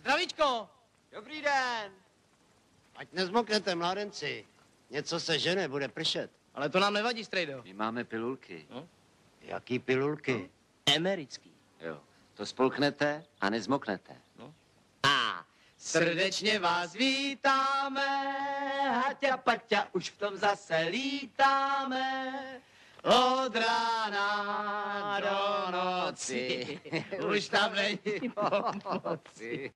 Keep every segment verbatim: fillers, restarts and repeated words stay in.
Zdravíčko! Dobrý den! Ať nezmoknete, mládenci. Něco se žene, bude pršet. Ale to nám nevadí, strejdo. My máme pilulky. No? Jaký pilulky? Americký. Jo. To spolknete a nezmoknete. No. A Srdečně vás vítáme, Haťa Paťa, už v tom zase lítáme. Od rána do noci, už tam není pomoci.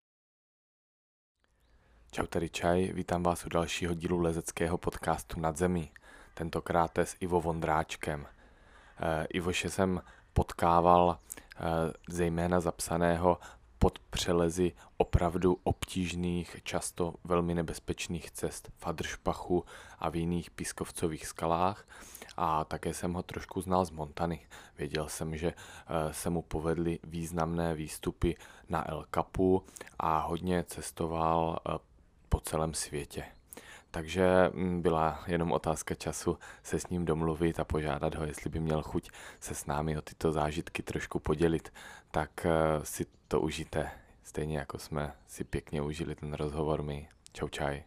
Čau, tady Čaj, vítám vás u dalšího dílu lezeckého podcastu Nad zemí, tentokrát s Ivo Vondráčkem. E, Ivoše jsem potkával e, zejména zapsaného pod přelezy opravdu obtížných, často velmi nebezpečných cest v Hadršpachu a v jiných pískovcových skalách. A také jsem ho trošku znal z Montany. Věděl jsem, že se mu povedly významné výstupy na El Capu a hodně cestoval po celém světě. Takže byla jenom otázka času se s ním domluvit a požádat ho, jestli by měl chuť se s námi o tyto zážitky trošku podělit. Tak si to užijte, stejně jako jsme si pěkně užili ten rozhovor my. Čau, čaj.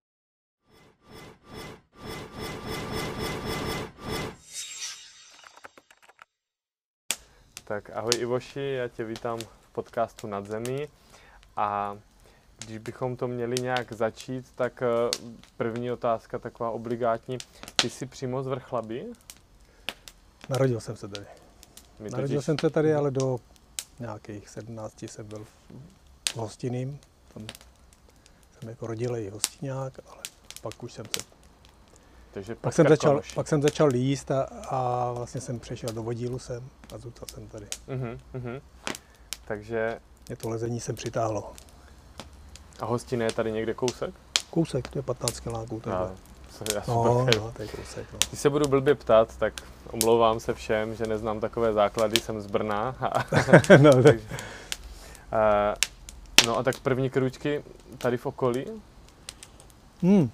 Tak ahoj Ivoši, já tě vítám v podcastu Nad zemí a když bychom to měli nějak začít, tak první otázka taková obligátní. Ty jsi přímo z Vrchlabí? Narodil jsem se tady. My Narodil totiž... jsem se tady, ale do nějakých sedmnácti jsem byl v hostinným. Tam jsem jako rodilej hostinák, ale pak už jsem se... Takže pak, jsem začal, pak jsem začal jíst a, a vlastně jsem přešel do Vodílu sem a zůstal jsem tady. Uh-huh, uh-huh. Takže... Mě to lezení sem přitáhlo. A hostinné je tady někde kousek? Kousek, to je patnáct kiláků. Já, já no, no, to je kousek. No. Když se budu blbě ptát, tak omlouvám se všem, že neznám takové základy, jsem z Brna. A, no, tak. a, no a tak první krůčky tady v okolí? Hmm.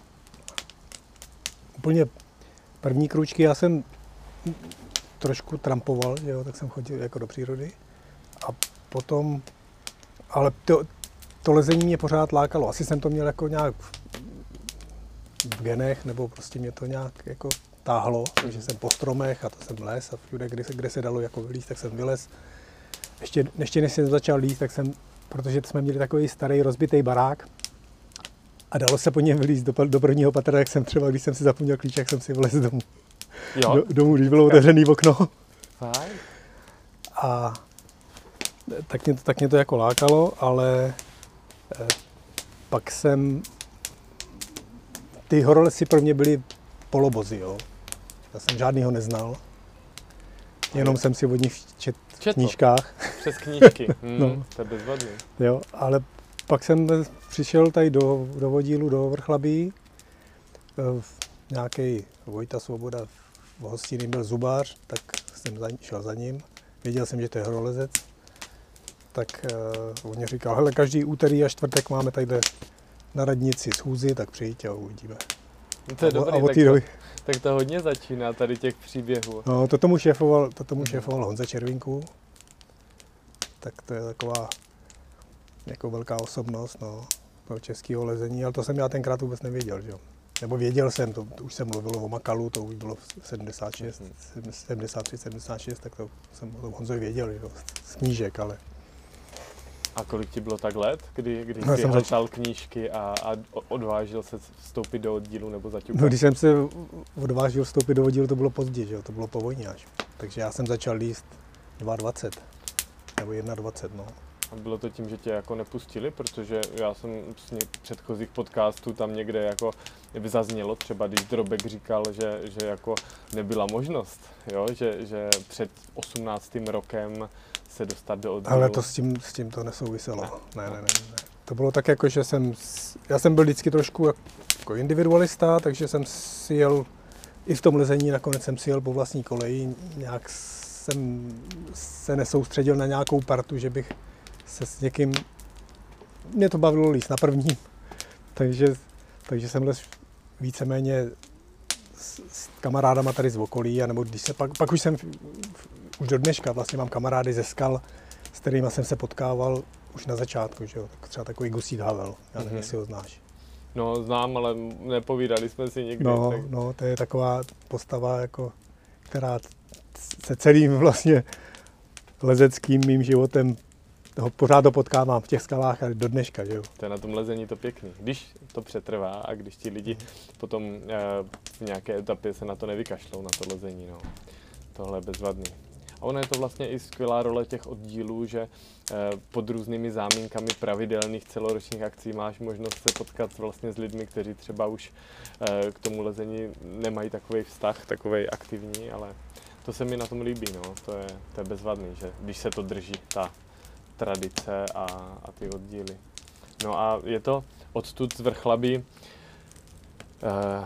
Úplně první krůčky, já jsem trošku trampoval, že jo, tak jsem chodil jako do přírody. A potom, ale to, to lezení mě pořád lákalo. Asi jsem to měl jako nějak v genech, nebo prostě mě to nějak jako táhlo, takže jsem po stromech a to jsem les a všude, kde se, kde se dalo jako vylízt, tak jsem vylez. Ještě, ještě než jsem začal líst, tak jsem, protože jsme měli takový starý rozbitý barák a dalo se po něm vylízt do, do prvního patra, jak jsem třeba, když jsem si zapomněl klíč, jak jsem si vylez domů. Jo? Do, domů, když bylo otevřený okno. Fajn. A tak mě, to, tak mě to jako lákalo, ale eh, pak jsem... Ty horolesy pro mě byly polobozy, jo. Já jsem žádnýho neznal. Jenom jsem si od nich čet v knížkách. Přes knížky, hmm, no. To je bezvadný. Jo, ale pak jsem přišel tady do, do Vodílu, do Vrchlabí. Nějaký Vojta Svoboda v hostině byl zubář, tak jsem za, šel za ním. Věděl jsem, že to je horolezec. Tak uh, on mě říkal, hele, každý úterý a čtvrtek máme tady na radnici schůzi, tak přijďte a uvidíme. No to je a, dobrý, a tak, doby... to, tak to hodně začíná tady těch příběhů. No, to tomu šéfoval, to tomu šéfoval Honza Červinku. Tak to je taková jako velká osobnost, no, toho českého lezení, ale to jsem já tenkrát vůbec nevěděl, že jo. Nebo věděl jsem, to, to už jsem mluvil o Makalu, to už bylo v sedmdesát šest, sedmdesát tři, sedmdesát šest, tak to jsem o Honzovi věděl, jo, z knížek, ale... A kolik ti bylo tak let, kdy, kdy no, jsi jsem hltal zač... knížky a, a odvážil se vstoupit do oddílu nebo zaťukat? No, když jsem se odvážil vstoupit do oddílu, to bylo pozdě, že jo, to bylo po vojně až. Takže já jsem začal líst dvacet dva nebo dvacet jedna, no. A bylo to tím, že tě jako nepustili, protože já jsem z předchozích podcastů tam někde jako zaznělo, třeba když Drobek říkal, že, že jako nebyla možnost, jo? Že, že před osmnáctým rokem se dostat do oddílu. Ale to s tím, s tím to nesouviselo. Ne. Ne, ne, ne, ne. To bylo tak jako, že jsem, já jsem byl vždycky trošku jako individualista, takže jsem si jel, i v tom lezení nakonec jsem si jel po vlastní koleji, nějak jsem se nesoustředil na nějakou partu, že bych se s někým, mě to bavilo líst na prvním, takže, takže jsem les víceméně s, s kamarádama tady z okolí, anebo když se pak, pak už jsem, už do dneška vlastně mám kamarády ze skal, s kterými jsem se potkával už na začátku, že jo, tak třeba takový Gusík Havel, já nevím, Mhm. jestli ho znáš. No, znám, ale nepovídali jsme si nikdy. No, tak... no, to je taková postava, jako, která se celým vlastně lezeckým mým životem ho pořád to potkávám v těch skalách a do dneška, že jo. To je na tom lezení to pěkný. Když to přetrvá a když ti lidi potom eh, v nějaké etapě se na to nevykašlou, na to lezení, no. Tohle je bezvadný. A ono je to vlastně i skvělá role těch oddílů, že eh, pod různými zámínkami pravidelných celoročních akcí máš možnost se potkat vlastně s lidmi, kteří třeba už eh, k tomu lezení nemají takový vztah, takový aktivní, ale to se mi na tom líbí, no. To je, to je bezvadný, že když se to drží, ta tradice a, a ty oddíly. No a je to odtud z Vrchlabí eh,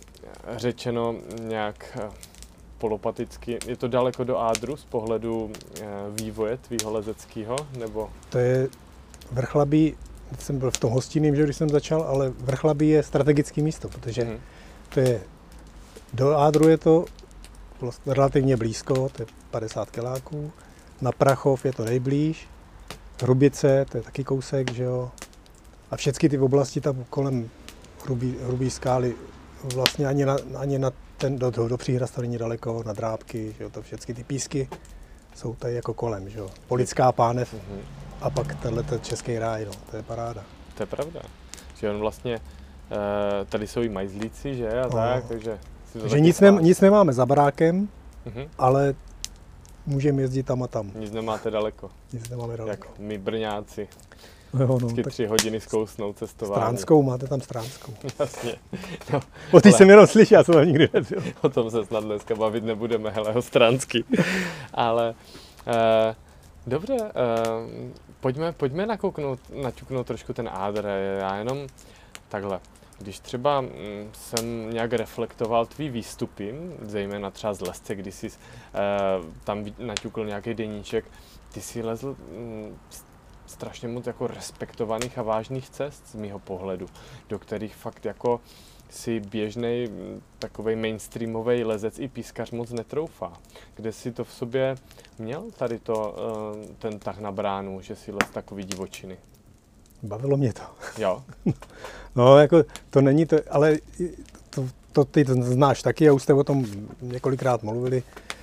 řečeno nějak eh, polopaticky. Je to daleko do Ádru z pohledu eh, vývoje tvýho lezeckého, nebo? To je Vrchlabí, jsem byl v tom hostinným, že když jsem začal, ale Vrchlabí je strategické místo, protože Mhm. to je, do Ádru je to vlastně relativně blízko, to je padesát kiláků, na Prachov je to nejblíž, Hrubice, to je taky kousek, že jo, a všechny ty oblasti tam kolem hrubý, hrubý skály, vlastně ani na, ani na ten, do, do, do příhrad to není daleko, na Drábky, že jo, to všechny ty písky jsou tady jako kolem, že jo, Polická pánev Mhm. a pak tenhle ten český ráj, no, to je paráda. To je pravda. Že on vlastně, eh, tady jsou i majzlíci, že, a No. tak, takže si to Takže taky nic, ne, zvlášť. nic nemáme za barákem, Mhm. ale můžeme jezdit tam a tam, Nic nemáte daleko, nic nemáme daleko. jak my Brňáci. Jo, no, Vždycky tak tři hodiny zkousnou cestování. Stránskou, máte tam Stránskou. Jasně. No, O ty ale- jsem jenom slyšel, já jsem tam nikdy nebyl. o tom se snad dneska bavit nebudeme, hele, o Stransky. Ale eh, dobře, eh, pojďme, pojďme nakouknout, naťuknout trošku ten Ádr. Já jenom takhle. Když třeba mm, jsem nějak reflektoval tvý výstupy, zejména třeba z Lezce, když jsi eh, tam ví- naťukl nějaký deníček, ty jsi lezl mm, strašně moc jako respektovaných a vážných cest z mýho pohledu, do kterých fakt jako si běžnej takovej mainstreamový lezec i pískař moc netroufá. Kde si to v sobě měl tady to, eh, ten tah na bránu, že si lez takový divočiny? Bavilo mě to. Jo? No, jako to není to, ale to, to ty to znáš taky a už jste o tom několikrát mluvili,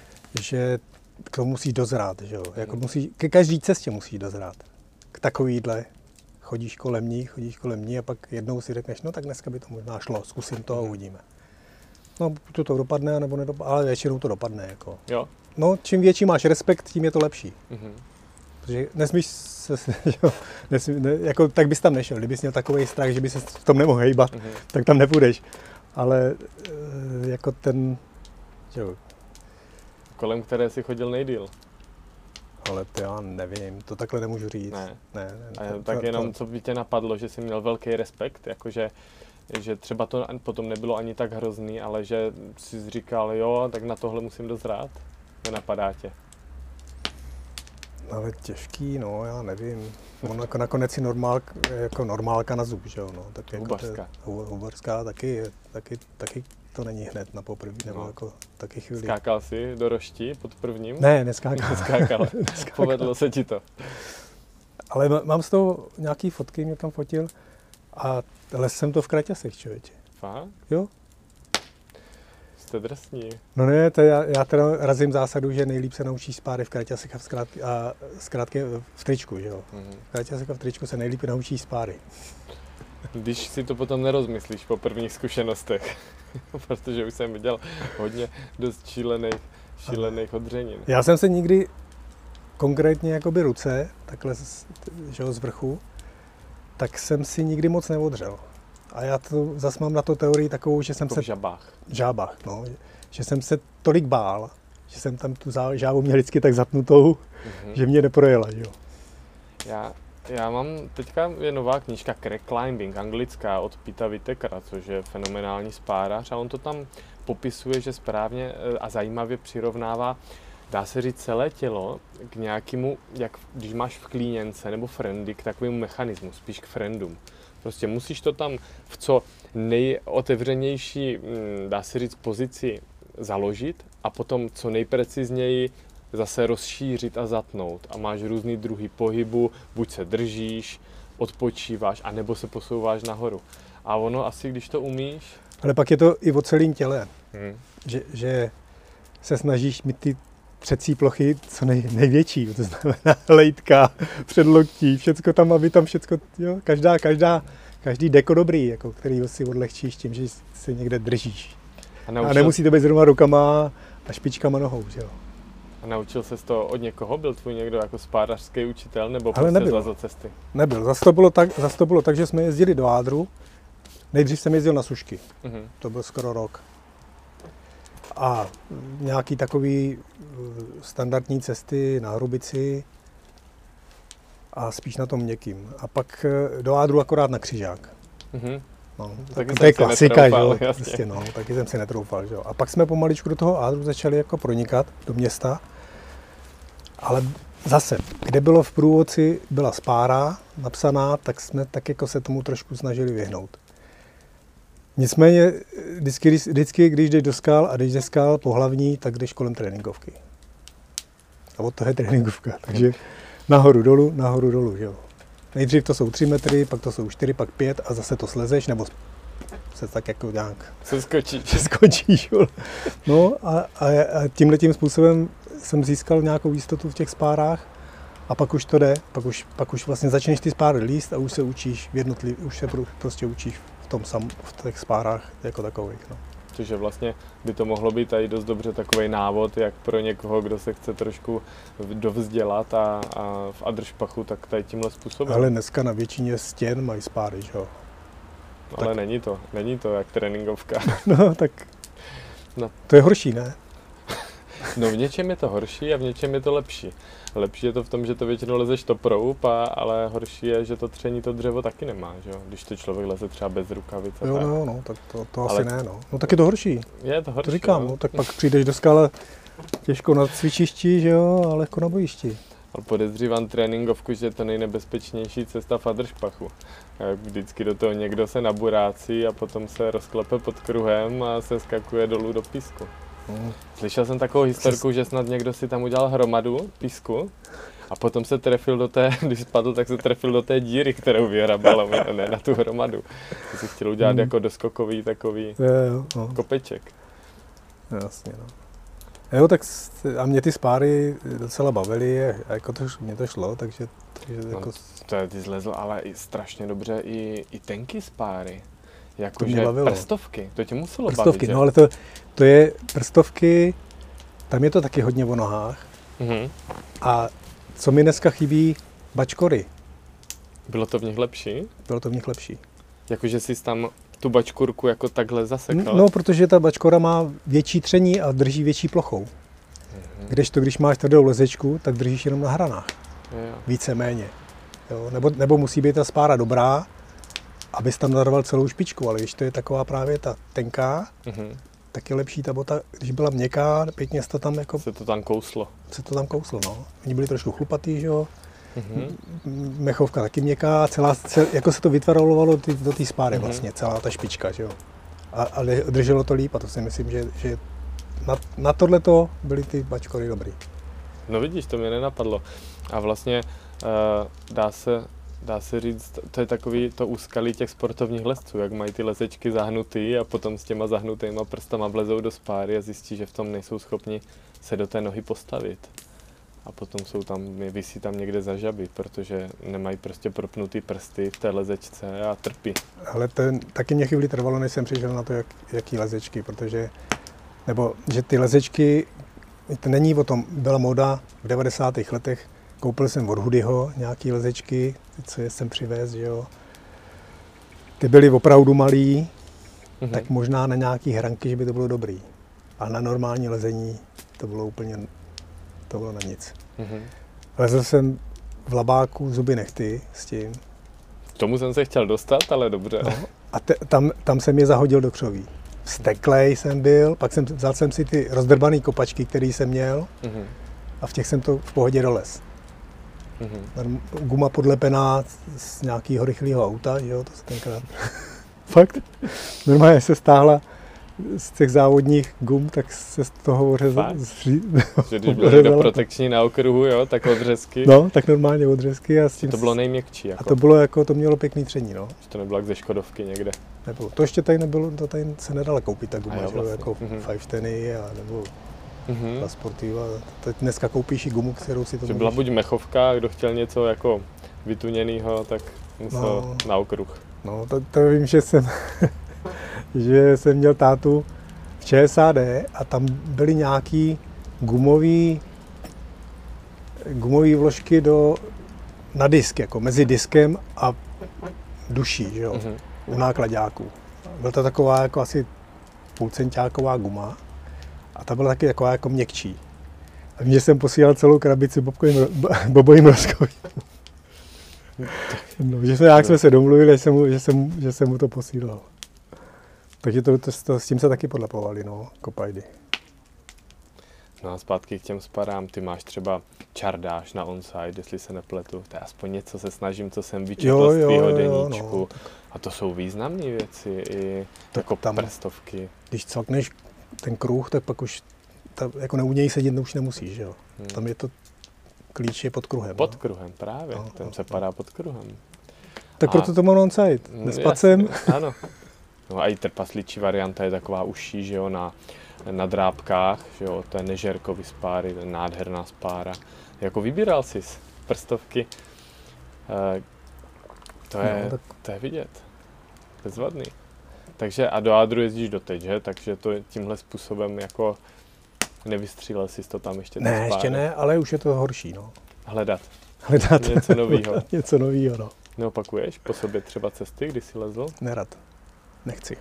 že k tomu musí dozrát, že jo. Jako musí, ke každé cestě musí dozrát. K takovýhle chodíš kolem ní, chodíš kolem ní a pak jednou si řekneš, no tak dneska by to možná šlo, zkusím to a uvidíme. No, buď to dopadne, nebo nedopadne, ale většinou to dopadne, jako. Jo? No, čím větší máš respekt, tím je to lepší. Mhm. Protože nesmíš se, jo, nesmí, ne, jako, tak bys tam nešel. Kdybys měl takový strach, že bys se v tom nemohl hejbat, Mhm. tak tam nepůjdeš. Ale e, jako ten, jo, Kolem které si chodil nejdýl. ale to já nevím, to takhle nemůžu říct. Ne. ne, ne A to, tak to, jenom, to, co by tě napadlo, že jsi měl velký respekt, jakože že třeba to an- potom nebylo ani tak hrozný, ale že jsi říkal, jo, tak na tohle musím dozrát. Nenapadá tě. ale těžký, no, já nevím. On jako nakonec si normál, jako normálka na zub, že jo, no. Tak jako Hubařská. To, hu- hubařská taky, je- taky, taky to není hned na poprvé, nebo No. jako taky chvíli. Skákal jsi do roští pod prvním? Ne, neskákal. Skákal. Povedlo se ti to. Ale má- mám z toho nějaký fotky, mě tam fotil a les jsem to v Kraťasech, člověče. Fakt? Jo? Jste drsní. No ne, to já, já teda razím zásadu, že nejlíp se naučíš spát v Kraťasech a, v zkrátky, a zkrátky v tričku, že jo. Mhm. V Kraťasech a v tričku se nejlíp naučíš spát. Když si to potom nerozmyslíš po prvních zkušenostech, protože už jsem viděl hodně dost šílených, šílených odřenin. Já jsem se nikdy konkrétně jakoby ruce, takhle z, že jo, z vrchu, tak jsem si nikdy moc neodřel. A já to zase mám na to teorii takovou, že jsem Jako se... v žabách. v žábách, no, že jsem se tolik bál, že jsem tam tu zá- žábu měl vždycky tak zatnutou, Mhm. že mě neprojela, že jo. Já, já mám, teďka je nová knížka Crack Climbing, anglická, od Pita Whitakera, což je fenomenální spárař a on to tam popisuje, že správně eh, a zajímavě přirovnává, dá se říct, celé tělo k nějakému, jak když máš v klíněnce nebo friendy, k takovému mechanismu, spíš k friendům. Prostě musíš to tam v co nejotevřenější, mm, dá se říct, pozici založit a potom co nejprecizněji zase rozšířit a zatnout. A máš různý druhy pohybu, buď se držíš, odpočíváš, anebo se posouváš nahoru. A ono asi, když to umíš... Ale pak je to i o celém těle, Hmm. že, že se snažíš mít ty předcí plochy co nej, největší, to znamená lejtka, předloktí, všecko tam, aby tam všecko, jo, každá, každá, každý deko dobrý, jako, který si odlehčíš tím, že se někde držíš. A, A naučil, nemusí to být zrovna rukama a špičkama nohou, že jo. a naučil ses to od někoho? Byl tvůj někdo jako spárařský učitel, nebo Ale prostě nebyl. zlez od cesty? Nebyl, zase to bylo tak, zase to bylo tak, že jsme jezdili do Ádru, nejdřív jsem jezdil na Sušky, Mhm. to byl skoro rok. A nějaký takový standardní cesty na Hrubici a spíš na tom měkkým. A pak do Ádru akorát na křižák. Mhm. No, Taky tak, jsem to je si klasika, že netroufal, jo, jasně. prostě, no, taky jsem si netroufal, že jo. A pak jsme pomaličku do toho Ádru začali jako pronikat do města, ale zase, kde bylo v průvodci, byla spára napsaná, tak jsme tak jako se tomu trošku snažili vyhnout. Nicméně vždycky, vždycky když jdeš do skal a když jdeš skal po hlavní, tak jdeš kolem tréninkovky. A od toho je tréninkovka, takže nahoru dolů, nahoru dolů, že jo. Nejdřív to jsou tři metry, pak to jsou čtyři, pak pět a zase to slezeš, nebo se tak jako nějak Se skočí. skočíš. Jo. No a, a, a tímhletím způsobem jsem získal nějakou jistotu v těch spárách a pak už to jde, pak už, pak už vlastně začneš ty spáry líst a už se učíš v jednotlivých, už se prostě učíš v tom sam, v těch spárách jako takových. No. Cože vlastně by to mohlo být tady dost dobře takový návod, jak pro někoho, kdo se chce trošku dovzdělat a, a v Adršpachu, tak tady tímhle způsobem. Ale dneska na většině stěn mají spáry, že jo. Ale tak- není to, není to jak tréninkovka. No tak No. to je horší, ne? No v něčem je to horší a v něčem je to lepší. Lepší je to v tom, že to většinou lezeš toproub, a, ale horší je, že to tření to dřevo taky nemá, že jo? Když to člověk leze třeba bez rukavic a Jo, tak. no, no, tak to, to Ale- asi ne, no. No tak je to horší, Je to horší, to říkám, no. no, tak pak přijdeš do skala těžko na cvičišti, že jo, a lehko na bojišti. Ale podezřívám tréninkovku, že je to nejnebezpečnější cesta v Adršpachu. Jak vždycky do toho někdo se naburácí a potom se rozklepe pod kruhem a se skakuje dolů do písku. No. Slyšel jsem takovou historku, že snad někdo si tam udělal hromadu písku a potom se trefil do té, když spadl, tak se trefil do té díry, kterou vyhrabal, a ne na tu hromadu. To si chtěl udělat Hmm. jako doskokový takový Jo, jo, no. kopeček. Jasně, no. Jo, tak s- a mě ty spáry docela bavily, a jako to, mě to šlo, takže, takže No, jako, To je, ty zlezl ale i strašně dobře i, i tenky spáry. To mě Jakože bavilo. prstovky, to tě muselo prstovky, bavit, že? no ale to, to je prstovky, tam je to taky hodně o nohách. Mhm. A co mi dneska chybí, bačkory, Bylo to v nich lepší? bylo to v nich lepší. Jakože jsi tam tu bačkurku jako takhle zasekal? No, protože ta bačkora má větší tření a drží větší plochou. Mhm. Kdežto, když máš tvrdou lezečku, tak držíš jenom na hranách, Jo. víceméně. Jo, nebo, nebo musí být ta spára dobrá, abys tam narval celou špičku, ale když to je taková právě ta tenká, Mhm. tak je lepší ta bota, když byla měkká, pěkně se to tam jako, Se to tam kouslo. se to tam kouslo, no. Oni byli trošku chlupatý, že jo, Mhm. mechovka taky měkká, celá, cel, jako se to vytvarovalo ty, do té spáry Mhm. vlastně, celá ta špička, že jo. A, ale drželo to líp a to si myslím, že, že na, na tohleto byly ty bačkory dobrý. No vidíš, to mě nenapadlo. A vlastně uh, dá se, dá se říct, to je takový to úskalí těch sportovních lezců, jak mají ty lezečky zahnutý a potom s těma zahnutýma prstama vlezou do spáry a zjistí, že v tom nejsou schopni se do té nohy postavit. A potom jsou tam, visí tam někde za žaby, protože nemají prostě propnutý prsty v té lezečce a trpí. Ale ten, taky mě chvíli trvalo, než jsem přišel na to, jak, jaký lezečky, protože, nebo že ty lezečky, to není o tom, byla móda v devadesátých letech, koupil jsem od Hudyho nějaký lezečky, ty, co je jsem přivez, že jo. Ty byly opravdu malý, Mhm. tak možná na nějaký hranky, že by to bylo dobrý. A na normální lezení to bylo úplně, to bylo na nic. Mhm. Lezl jsem v labáku zuby nechty s tím. K tomu jsem se chtěl dostat, ale dobře. No, a te, tam, tam jsem je zahodil do křoví. Steklej jsem byl, pak jsem, vzal jsem si ty rozdrbané kopačky, které jsem měl Mhm. a v těch jsem to v pohodě dolez. Mhm. Guma podlepená z nějakého rychlého auta, že jo, to se tenkrát... Fakt. Normálně se stáhla z těch závodních gum, tak se z toho ořezal. Že když byly do protekční na okruhu, jo, tak odřezky. No, tak normálně odřezky. A s tím to bylo nejměkčí. Jako. A to bylo jako, to mělo pěkný tření, no. Že to nebylo jak ze Škodovky někde. Nebylo. To ještě tady nebylo, to tady se nedala koupit ta guma, jo, vlastně. Jako mm-hmm. Five Teny a nebo mm-hmm. ta Sportiva. Teď dneska koupíš i gumu, kterou si to Že můžeš... byla buď mechovka, kdo chtěl něco jako vytuněnýho, tak musel no, na okruh. No, to, to vím, že jsem, že jsem měl tátu v ČSAD a tam byly nějaký gumový, gumový vložky do, na disk, jako mezi diskem a duší, že jo, mm-hmm. u nákladáků. Byla to taková jako asi půlcentiáková guma a ta byla taky taková jako měkčí. A mě jsem posílal celou krabici bobovým rozkovým. No, že jsme, jak jsme se domluvili, že jsem, mu, že, jsem, že jsem mu to posílal. Takže to, to, to, s tím se taky podlepovali, no, kopajdy. No a zpátky k těm sparám, ty máš třeba čardáš na onside, jestli se nepletu, to je aspoň něco se snažím, co jsem vyčetl z tvýho deníčku. No. A to jsou významné věci, i jako tam, prstovky. Když celkneš ten kruh, tak pak už, ta, jako u něj sedět už nemusíš, že jo. Hmm. Tam je to, klíč je pod kruhem. Pod no? kruhem, právě, no, ten no, se padá pod kruhem. Tak a proto to mám onside, nespacem. Ano. No a i trpasličí varianta je taková užší, že jo, na, na drápkách, že jo, to je nežerkový spáry, to je nádherná spára. Jako vybíral jsi prstovky, e, to, je, no, tak... to je vidět, bezvadný. Takže a do Adru jezdíš doteď, že? Takže to tímhle způsobem jako nevystřílel jsi to tam ještě. Ne, ještě ne, ale už je to horší, no. Hledat. Hledat. Něco novýho. Něco novýho, no. Neopakuješ po sobě třeba cesty, kdy jsi lezl? Nerad. Nechci.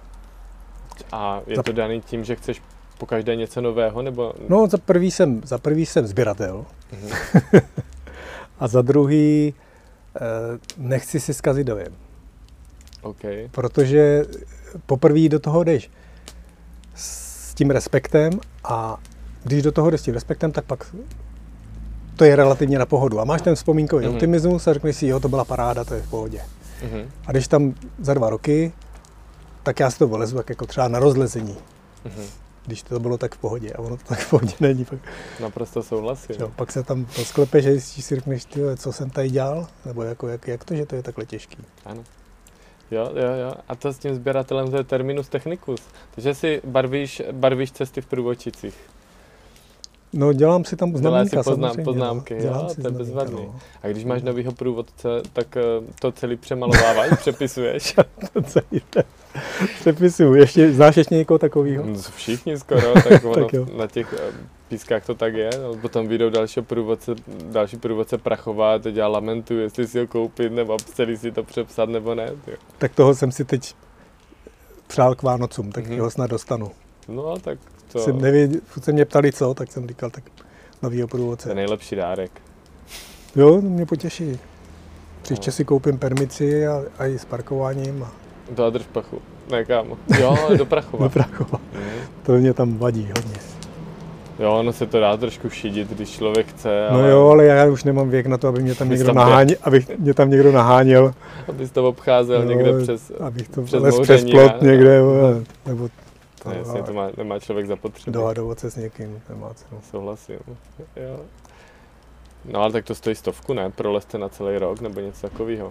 A je to daný tím, že chceš po každé něco nového, nebo? No, za prvý jsem, za prvý jsem sběratel. Mm-hmm. A za druhý eh, nechci si zkazit dojem. Okay. Protože poprvé do toho jdeš s tím respektem a když do toho jdeš s tím respektem, tak pak to je relativně na pohodu. A máš ten vzpomínkový mm-hmm. optimismus a řekneš si, jo, to byla paráda, to je v pohodě. Mm-hmm. A když tam za dva roky, tak já si to vylezu tak jako třeba na rozlezení. Mm-hmm. Když to bylo tak v pohodě a ono to tak v pohodě není. Pak, naprosto souhlasím. Jo, pak se tam rozklepeš a si řekneš, tyjo, co jsem tady dělal, nebo jako, jak, jak to, že to je takhle těžký. Ano. Jo, jo, jo. A to s tím sběratelem to je terminus technicus. Takže si barvíš, barvíš cesty v průvodčicích. No, dělám si tam znamínka, si poznám, poznámky, jo, jo, to je bezvadný. No. A když máš novýho průvodce, tak to celý přemalováváš, přepisuješ? To celý přepisuju. Ještě, znáš ještě někoho takového? Všichni skoro, tak ono tak na těch pískách to tak je. No, potom vyjdou další průvodce, další průvodce prachová, teď já lamentuju, jestli si ho koupit, nebo celý si to přepsat, nebo ne. Tyjo. Tak toho jsem si teď přál k Vánocům, tak mm-hmm. ho snad dostanu. No, tak to... Jsem nevěděl, se mě ptali co, tak jsem říkal, tak novýho průvodce. To je nejlepší dárek. Jo, to mě potěší. Příště no. si koupím permici a, a i s parkováním. A... Do Adršpachu, ne kámo. Jo, do Prachova. Do Prachova. Mm. To mě tam vadí hodně. Jo, ono se to dá trošku šidit, když člověk chce, ale... No jo, ale já už nemám věk na to, aby mě tam někdo tam naháněl, abych mě tam někdo naháněl. Abys to obcházel no, někde přes abych to přes, přes plot ne? někde, ne? nebo to, ne, jasně, to má, nemá člověk zapotřebí. Dohadovat se s někým, nemá cenu. Souhlasím, jo. No ale tak to stojí stovku, ne? Prolezte na celý rok, nebo něco takového.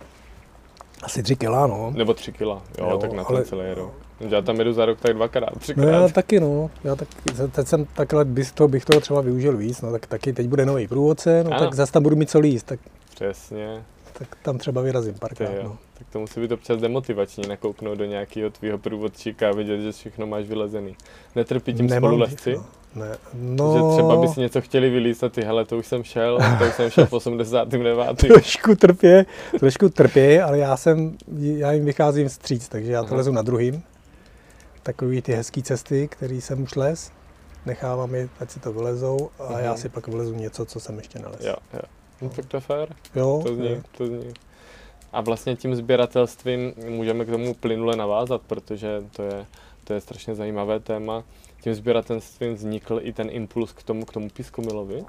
Asi tři kila, no. Nebo tři kila, jo, jo tak na ale... ten celý rok. Já tam jedu za rok tak dvakrát, třikrát. No já taky, no. Já tak, teď jsem takhle, bych toho, bych toho třeba využil víc, no tak taky teď bude nový průvodce, no ano. Tak zase tam budu mít co líst, tak... Přesně. Tak tam třeba vyrazím párkrát, no. Tak to musí být občas demotivační, nakouknout do nějakého tvýho průvodčíka a vidět, že všechno máš vylezený. Netrpí tím spolulezci? No. Ne, no... Že třeba by si něco chtěli vylíst a ty, hele, to už jsem šel, to už jsem šel v osmdesátém devátém Trošku trpě, trošku trpě, ale já jsem, já jim vycházím vstříc, takže já to Aha. lezu na druhým. Takový ty hezký cesty, který jsem už les, nechávám je, ať si to vylezou a Aha. já si pak vylezu něco, co jsem ještě nelez. Jo, jo. No tak to je fér. Jo, to zní, to zní. A vlastně tím sběratelstvím můžeme k tomu plynule navázat, protože to je, to je strašně zajímavé téma. Tím sběratelstvím vznikl i ten impuls k tomu, k tomu Pískomilovi?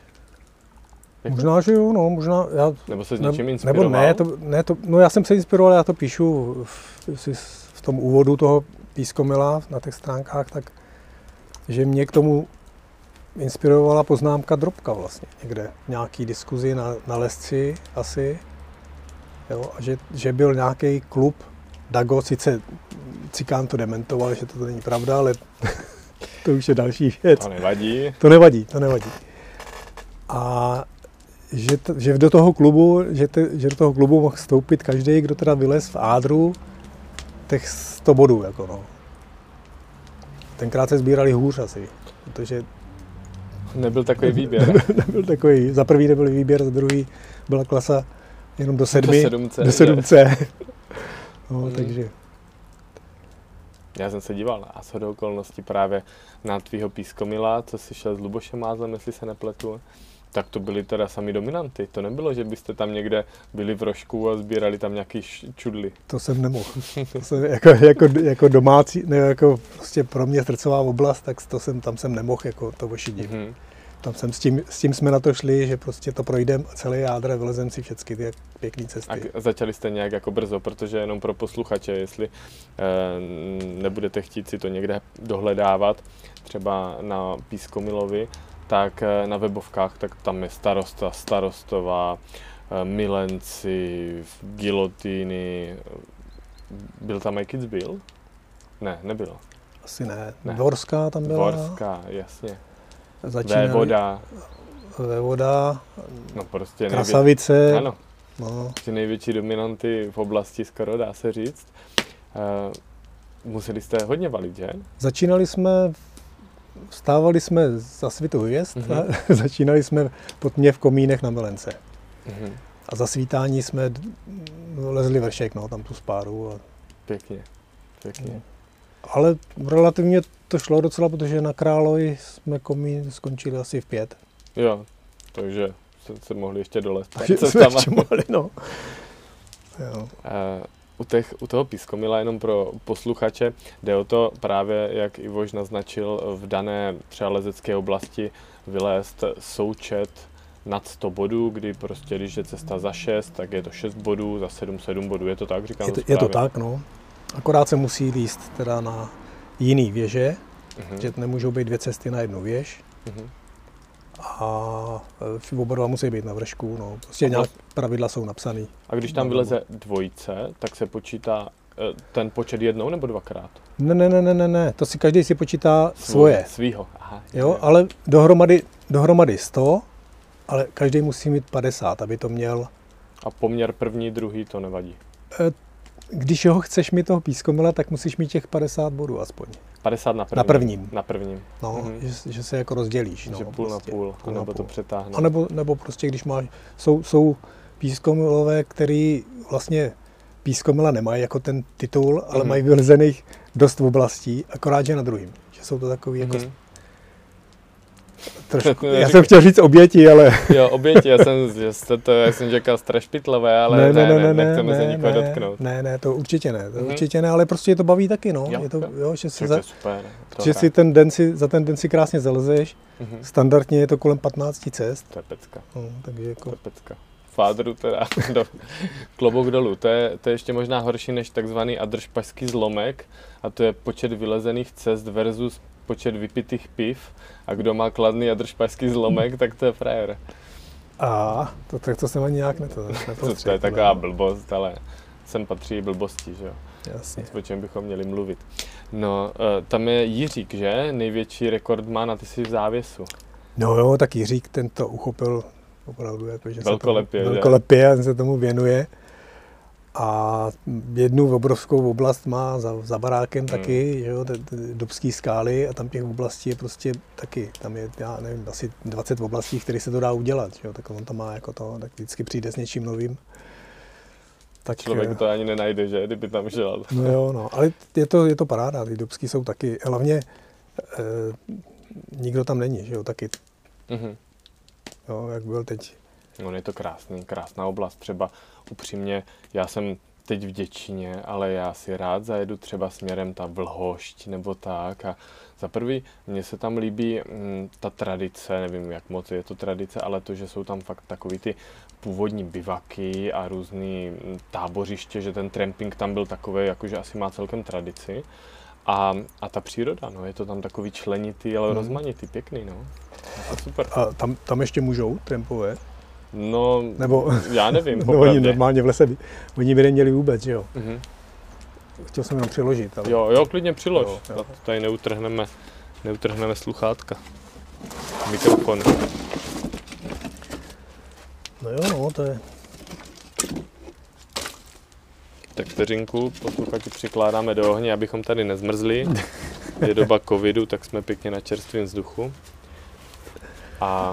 Jak možná, to? Že jo, no, možná. Já, nebo se s něčím ne, inspiroval? Nebo ne, to, ne to, no já jsem se inspiroval, já to píšu v, v tom úvodu toho Pískomila na těch stránkách, tak že mě k tomu inspirovala poznámka Drobka vlastně někde. Nějaký diskuzi na, na Lesci asi. Jo, a že, že byl nějaký klub Dago, sice Cikán to dementoval, že to není pravda, ale to už je další věc. To nevadí. To nevadí, to nevadí. A že, to, že do toho klubu, že, te, že do toho klubu mohl vstoupit každý, kdo teda vylez v ádru, těch sto bodů, jako no. Tenkrát se sbírali hůř asi, protože Nebyl takový výběr. nebyl, nebyl takový, za prvý nebyl výběr, za druhý byla klasa jenom do sedmi, do sedm C. do sedm C. No, Hmm. takže Já jsem se díval a shodou okolností právě na tvýho Pískomila, co jsi šel s Lubošem Mázlem, jestli se nepletu, tak to byly teda sami dominanty. To nebylo, že byste tam někde byli v rožku a sbírali tam nějaký čudly. to jsem nemohl. To jsem jako, jako, jako domácí, ne, jako prostě pro mě srdcová oblast, tak to jsem, tam jsem nemohl jako to ošidit. Mhm. Tam jsem s tím, s tím jsme na to šli, že prostě to projdeme celý jádra, vylezem si všechny ty pěkné cesty. A k- začali jste nějak jako brzo, protože jenom pro posluchače, jestli eh, nebudete chtít si to někde dohledávat, třeba na Pískomilovi, tak eh, na webovkách, tak tam je starosta, starostová, eh, milenci, gilotýny. Byl tam i Kitzbühel? Ne, nebyl. Asi ne. Ne. ne. Dvorská tam byla. Dvorská, jasně. Začínali- Vévoda, Vévoda, no prostě nejvě- Krasavice. ano, No, ty největší dominanty v oblasti skoro, dá se říct. Eh, museli jste hodně valit, že? začínali jsme, vstávali jsme za svitu hvězd, Mhm. a začínali jsme pod mě v komínech na Milence. Mhm. A za svítání jsme d- lezli vršek, no, tam tu spáru. A, Pěkně, pěkně. No. ale relativně to šlo docela, protože na Královi jsme komín skončili asi v pět. Jo, takže se, se mohli ještě dolézt. Takže Co jsme tam- ještě mohli, no. Jo. Eh, u, těch, u toho Pískomila jenom pro posluchače jde o to právě, jak Ivoš naznačil, v dané třeba lezecké oblasti vylézt součet nad sto bodů, kdy prostě, když je cesta za šest, tak je to šest bodů, za sedm, sedm bodů, je to tak, říkám Je to, to je to správně? tak, no. Akorát se musí líst teda na jiný věže, Mhm, že nemůžou být dvě cesty na jednu věž. mhm. A e, oba dva musí být na vršku, no. Prostě A nějak pravidla jsou napsané. A když tam No, vyleze dvojice, tak se počítá eh, ten počet jednou nebo dvakrát? Ne, ne, ne, ne, ne, ne, to si každý si počítá svoje, Svýho, aha. jo, ale dohromady, dohromady sto, ale každý musí mít padesát, aby to měl. A poměr první, druhý, to nevadí. Když ho chceš mít toho Pískomila, tak musíš mít těch padesát bodů aspoň. padesát na prvním. Na prvním. Na prvním. No, Mhm. že, že se jako rozdělíš. No, že půl prostě. na půl, půl na nebo to půl. přetáhne. A nebo, nebo prostě, když máš, jsou, jsou Pískomilové, který vlastně Pískomila nemají jako ten titul, ale Mhm. mají vylezených dost oblastí, akorát, že na druhým. Že jsou to takový jako Mhm. trošku, To já neříkej. jsem chtěl říct oběti, ale Jo, oběti, já jsem, že jste to, já jsem říkal strašpitlové, ale ne, ne, ne, nechceme se nikoho ne, dotknout. Ne, ne, to určitě ne, to Mhm. určitě ne, ale prostě je to baví taky, no. Jo, je to, jo. jo, že si, To za, je super. To, že si ten den si, za ten den si krásně zalezeš, Mhm. standardně je to kolem patnáct cest, To je pecka, no, takže to jako, je pecka. Fádru teda, do, klobouk dolů. To je, to je ještě možná horší než takzvaný adršpašský zlomek, a to je počet vylezených cest versus počet vypitých piv. A kdo má kladný adršpašský zlomek, tak to je frajer. a to, tak to jsem ani nějak neto, To, to neprostřel. je taková blbost, ale sem patří blbosti, že jo. Jasně. O čem bychom měli mluvit. No, eh, tam je Jiřík, že? Největší rekord má, na ty si v závěsu. No jo, tak Jiřík ten to uchopil opravdu, jako, že Velkolepě, se že? tomu, velkolepě a ten se tomu věnuje. A jednu obrovskou oblast má za, za barákem Hmm. taky, že jo, t- t- Dubský skály, a tam těch oblastí je prostě taky, tam je, já nevím, asi dvacet oblastí, které se to dá udělat, že jo, tak on to má jako to, tak vždycky přijde s něčím novým. Tak, Člověk eh, to ani nenajde, že? Kdyby tam šel. No jo, no, ale je to, je to paráda, ty Dubský jsou taky, hlavně eh, nikdo tam není, že jo, taky, Mhm. jo, jak byl teď. No, je to krásný, krásná oblast. Třeba upřímně, já jsem teď v Děčíně, ale já si rád zajedu třeba směrem ta Vlhošť nebo tak. A za prvý, mně se tam líbí mm, ta tradice, nevím, jak moc je to tradice, ale to, že jsou tam fakt takový ty původní bivaky a různý mm, tábořiště, že ten tramping tam byl takový, jakože asi má celkem tradici. A, a ta příroda, no, je to tam takový členitý, ale Hmm. rozmanitý, pěkný, no. A super. A tam, tam ještě můžou trampové? No, Nebo, já nevím, nebo oni popravdě. normálně v lese, by- oni by neměli vůbec, že jo? Mhm. Chtěl jsem jenom přiložit, ale... Jo, jo, klidně přilož. Jo, jo. Tady neutrhneme, neutrhneme sluchátka. Mikrofon. No jo, no, to je... Tak vteřinku, posluchači přikládáme do ohně, abychom tady nezmrzli. Je doba covidu, tak jsme pěkně na čerstvém vzduchu. A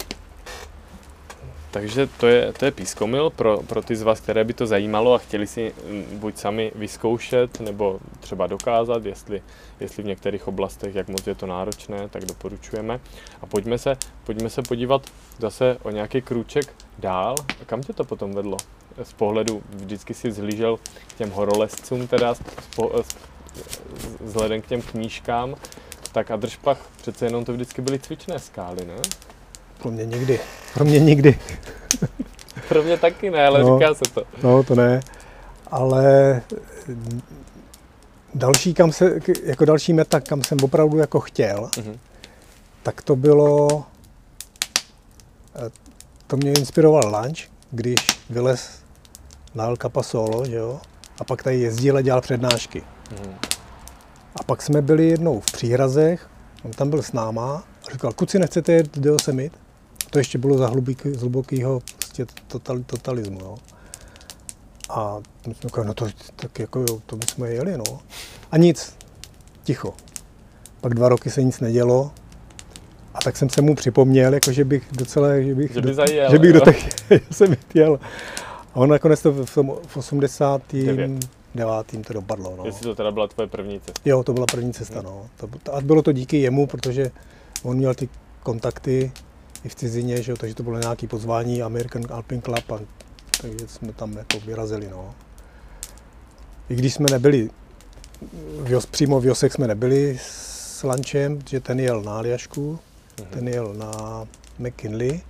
takže to je, to je pískomil pro, pro ty z vás, které by to zajímalo a chtěli si mm, buď sami vyzkoušet, nebo třeba dokázat, jestli, jestli v některých oblastech, jak moc je to náročné, tak doporučujeme. A pojďme se, pojďme se podívat zase o nějaký krůček dál. A kam tě to potom vedlo? Z pohledu, vždycky si vzhlížel k těm horolezcům, teda z, po, z, vzhledem k těm knížkám, tak Adršpach přece jenom to vždycky byly cvičné skály, ne? Pro mě nikdy. Pro mě nikdy. Pro mě taky ne, ale No. říká se to. No, to ne. Ale další, kam se, jako další meta, kam jsem opravdu jako chtěl, Mhm. tak to bylo, to mě inspiroval Lunch, když vylez na El Capasolo, že jo, a pak tady jezdil a dělal přednášky. Mhm. A pak jsme byli jednou v Příhrazech, on tam byl s náma a říkal, kuci, nechcete jet do Yosemite? To ještě bylo za hluboký, z hlubokýho prostě total, totalismu, jo. A my jsme říkali, no to, tak jako jo, to bychom jeli, no. A nic, ticho. Pak dva roky se nic nedělo. A tak jsem se mu připomněl, jako že bych docela, že bych, Že by do, zajel, že bych jo. do těch Yosemite jel. A on nakonec to v, tom, v osmdesátém devátém to dopadlo, no. Jestli to teda byla tvoje první cesta. Jo, to byla první cesta, no. To, a bylo to díky jemu, protože on měl ty kontakty i v cizině, že jo, takže to bylo nějaké pozvání American Alpine Club, a, takže jsme tam jako vyrazili, no. I když jsme nebyli, v Jos, přímo v Josech jsme nebyli s Lunchem, že ten jel na Aljašku, Mhm. ten jel na McKinley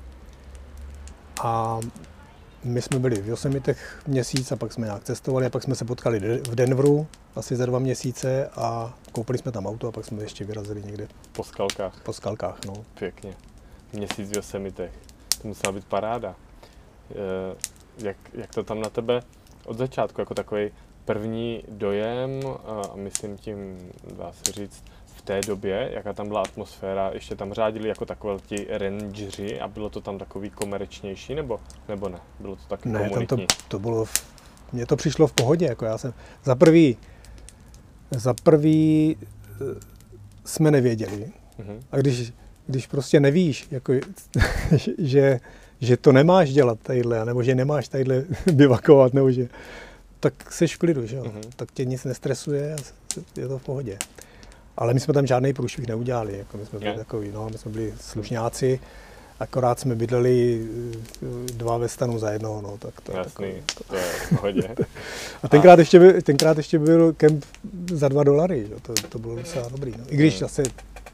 a my jsme byli v Yosemitech měsíc a pak jsme nějak cestovali a pak jsme se potkali de- v Denveru asi za dva měsíce a koupili jsme tam auto a pak jsme ještě vyrazili někde Po skalkách. po skalkách, no. Pěkně. Měsíc v Yosemitech. To musela být paráda. E, jak, jak to tam na tebe od začátku, jako takový první dojem, a myslím tím, dá se říct, v té době, jaká tam byla atmosféra, ještě tam řádili jako takové ti rangeři a bylo to tam takový komerčnější, nebo, nebo ne? Bylo to taky Ne, tam komunitní? to, to bylo, v, mně to přišlo v pohodě, jako já jsem, za prvý, za prvý eh, jsme nevěděli Mhm. a když, když prostě nevíš, jako, že, že to nemáš dělat tadyhle, nebo že nemáš tadyhle bivakovat, nebo že, tak seš v klidu, že jo, Mhm. tak tě nic nestresuje a je to v pohodě. Ale my jsme tam žádný průšvih neudělali, jako my jsme byli Ne? takový, no, my jsme byli slušňáci, akorát jsme bydleli eh, dva ve stanu za jednoho, no, tak to je Jasný, takový. to je v pohodě. A tenkrát ještě, byl, tenkrát ještě byl kemp za dva dolary, jo, to, to bylo docela dobrý, no. I když Hmm. zase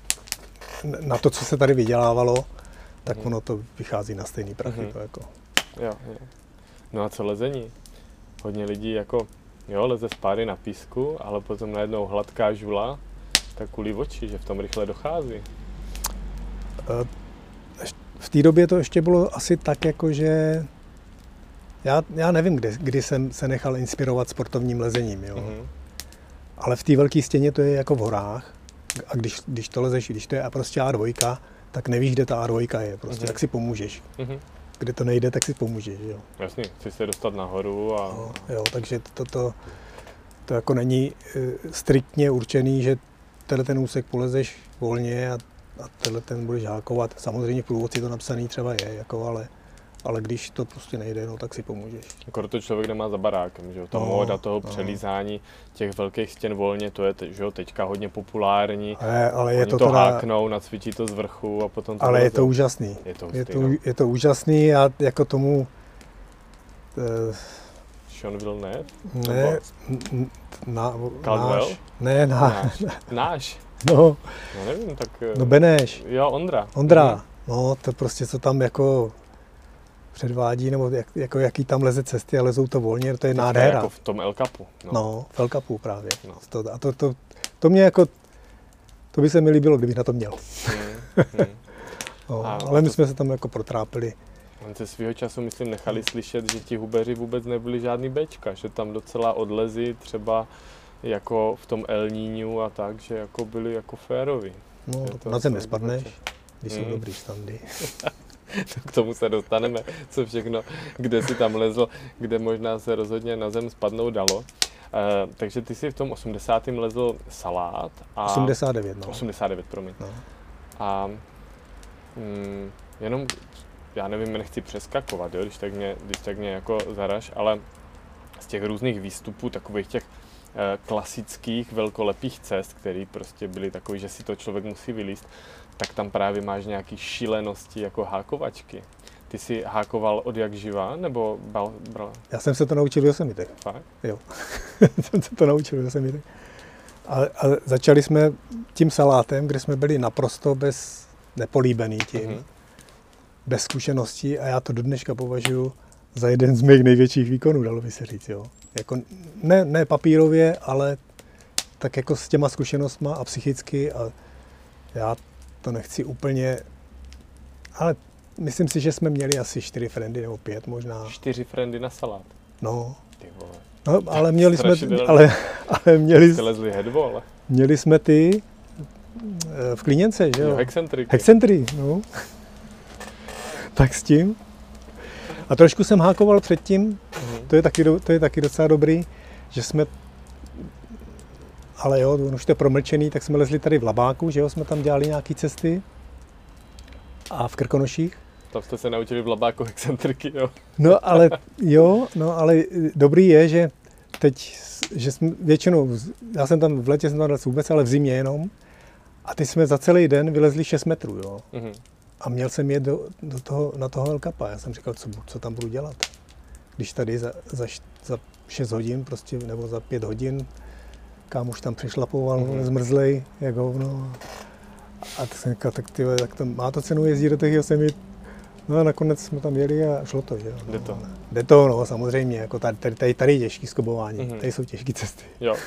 na to, co se tady vydělávalo, tak Mhm. ono to vychází na stejný prachy, Mhm. to jako. Jo, jo. No a co lezení? Hodně lidí jako, jo, leze z páry na písku, ale potom najednou hladká žula, tak kulí oči, že v tom rychle dochází. Eh, ješ- V té době to ještě bylo asi tak, jako že já, já nevím, kdy, kdy jsem se nechal inspirovat sportovním lezením, jo. Mhm. Ale v té velké stěně to je jako v horách. A když, když to lezeš, když to je a prostě á dva, tak nevíš, kde ta á dva je, prostě, Mhm. tak si pomůžeš. Mhm. Kde to nejde, tak si pomůžeš, jo. Jasně, chceš se dostat nahoru a... No, jo, takže to, to, to jako není e, striktně určený, že tenhle ten úsek polezeš volně a, a tenhle ten budeš hákovat. Samozřejmě v průvodci to napsaný třeba je, jako, ale, ale když to prostě nejde, no, tak si pomůžeš. Skoro to člověk nemá za barákem, že jo, ta No, móda toho no. přelízání těch velkých stěn volně, to je te, že jo, teďka hodně populární. Ale, ale je Oni to, to teda, háknou, nacvičí to z vrchu a potom to ale je vlezou. to úžasný. Je to Je hustý, to, no. je to úžasný a jako tomu e, Sean Villeneuve? ne, n- n- na, Caldwell? náš, ne, na, Náš. Náš? no, No nevím, tak... eh, no Beneš. Jo, Ondra. Ondra, Mhm. no to prostě, co tam jako předvádí, nebo jak, jako jaký tam leze cesty a lezou to volně, to je Teďka nádhera. Jako v tom El Capu. No. No, v El Capu právě. No. To, a to, to, to mě jako, to by se mi líbilo, kdybych na to měl. Hmm, hmm. no, A ale my to- jsme se tam jako protrápili. On se svýho času, myslím, nechali slyšet, že ti hubeři vůbec nebyli žádný Bčka, že tam docela odlezy třeba jako v tom El Niñu a tak, že jako byli jako féroví. No, Je to na zem asi nespadneš, dobře. když jsou Hmm. dobrý standy. K tomu se dostaneme, co všechno, kde si tam lezl, kde možná se rozhodně na zem spadnout dalo. E, takže ty si v tom osmdesátém lezl salát. A osmdesát devět, no. osmdesát devět, promiň. no. A mm, jenom, já nevím, nechci přeskakovat, jo, když tak mě, když tak mě jako zaraž, ale z těch různých výstupů, takových těch eh, klasických velkolepých cest, které prostě byly takové, že si to člověk musí vylíst, tak tam právě máš nějaké šílenosti jako hákovačky. Ty jsi hákoval od jak živa, nebo bal, bral, Já jsem se to naučil v Yosemite. fakt? Jo, jsem se to naučil v Yosemite. A, a začali jsme tím salátem, kde jsme byli naprosto bez, nepolíbený tím, Mhm. bez zkušeností a já to do dneška považuji za jeden z mých největších výkonů, dalo by se říct. Jo. Jako ne, ne papírově, ale tak jako s těma zkušenostma a psychicky a já to nechci úplně, ale myslím si, že jsme měli asi čtyři friendy nebo pět možná. Čtyři friendy na salát. No, Ty vole. no ale měli jsme, strašidelné. ale, ale měli, Jste lezli headwall? měli jsme ty eh, v Klíněnce, že Jo, jo? hexcentriky. Hexcentry, no. Tak s tím. A trošku jsem hákoval předtím, Mhm. to je taky, do, to je taky docela dobrý, že jsme, ale jo, on už to je promlčený, tak jsme lezli tady v Labáku, že jo, jsme tam dělali nějaké cesty a v Krkonoších. Tam jste se naučili v Labáku hexcentriky, jo? No ale jo, no ale dobrý je, že teď, že jsme většinou, já jsem tam v létě jsem tam dal vůbec, ale v zimě jenom, a teď jsme za celý den vylezli šest metrů, jo. Mhm. A měl jsem jet do, do toho, na toho El Capa. Já jsem říkal, co, co tam budu dělat. Když tady za, za, š- za šest hodin, prostě, nebo za pět hodin, kámoš tam přešlapoval, Mhm. mm-hmm. zmrzlej, jak hovno. A tak jsem říkal, tak, tyhle, tak to, má to cenu jezdit do těch Yosemite. No a nakonec jsme tam jeli a šlo to, že jo. Jde to. No, jde to, no, samozřejmě, jako tady, tady, tady, tady je těžký skobování, Mhm. mm-hmm. tady jsou těžké cesty. Jo.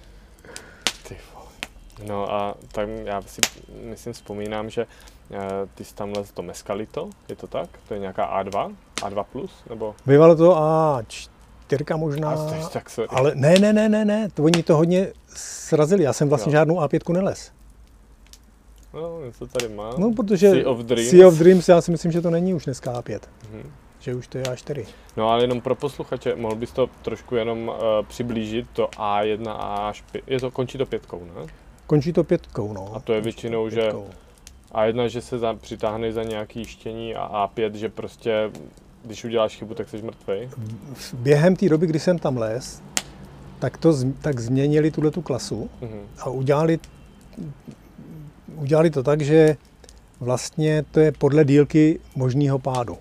Ty vole. No a tak já si myslím, vzpomínám, že eh, ty jsi tam lez to Mescalito, je to tak? To je nějaká A dva? A dva plus? Nebo? Bývalo to A čtyři možná, A to je tak sorry. ale ne, ne, ne, ne, ne, to oni to hodně srazili, já jsem vlastně Jo. žádnou A pět nelez. No, něco tady má. No, protože Sea of Dreams. Sea of Dreams, já si myslím, že to není už dneska A pět, Mhm. že už to je A čtyři. No ale jenom pro posluchače, mohl bys to trošku jenom uh, přiblížit, to A jedna a až pět, je to, končí to pětkou, ne? Končí to pětkou, no. A to je Končí většinou, že pětkou. A jedna, že se za, přitáhne za nějaký jištění a A pět, že prostě, když uděláš chybu, tak jsi mrtvej. Během té doby, kdy jsem tam les, tak to z- tak změnili tuhletu klasu Mhm. a udělali, udělali to tak, že vlastně to je podle dílky možného pádu.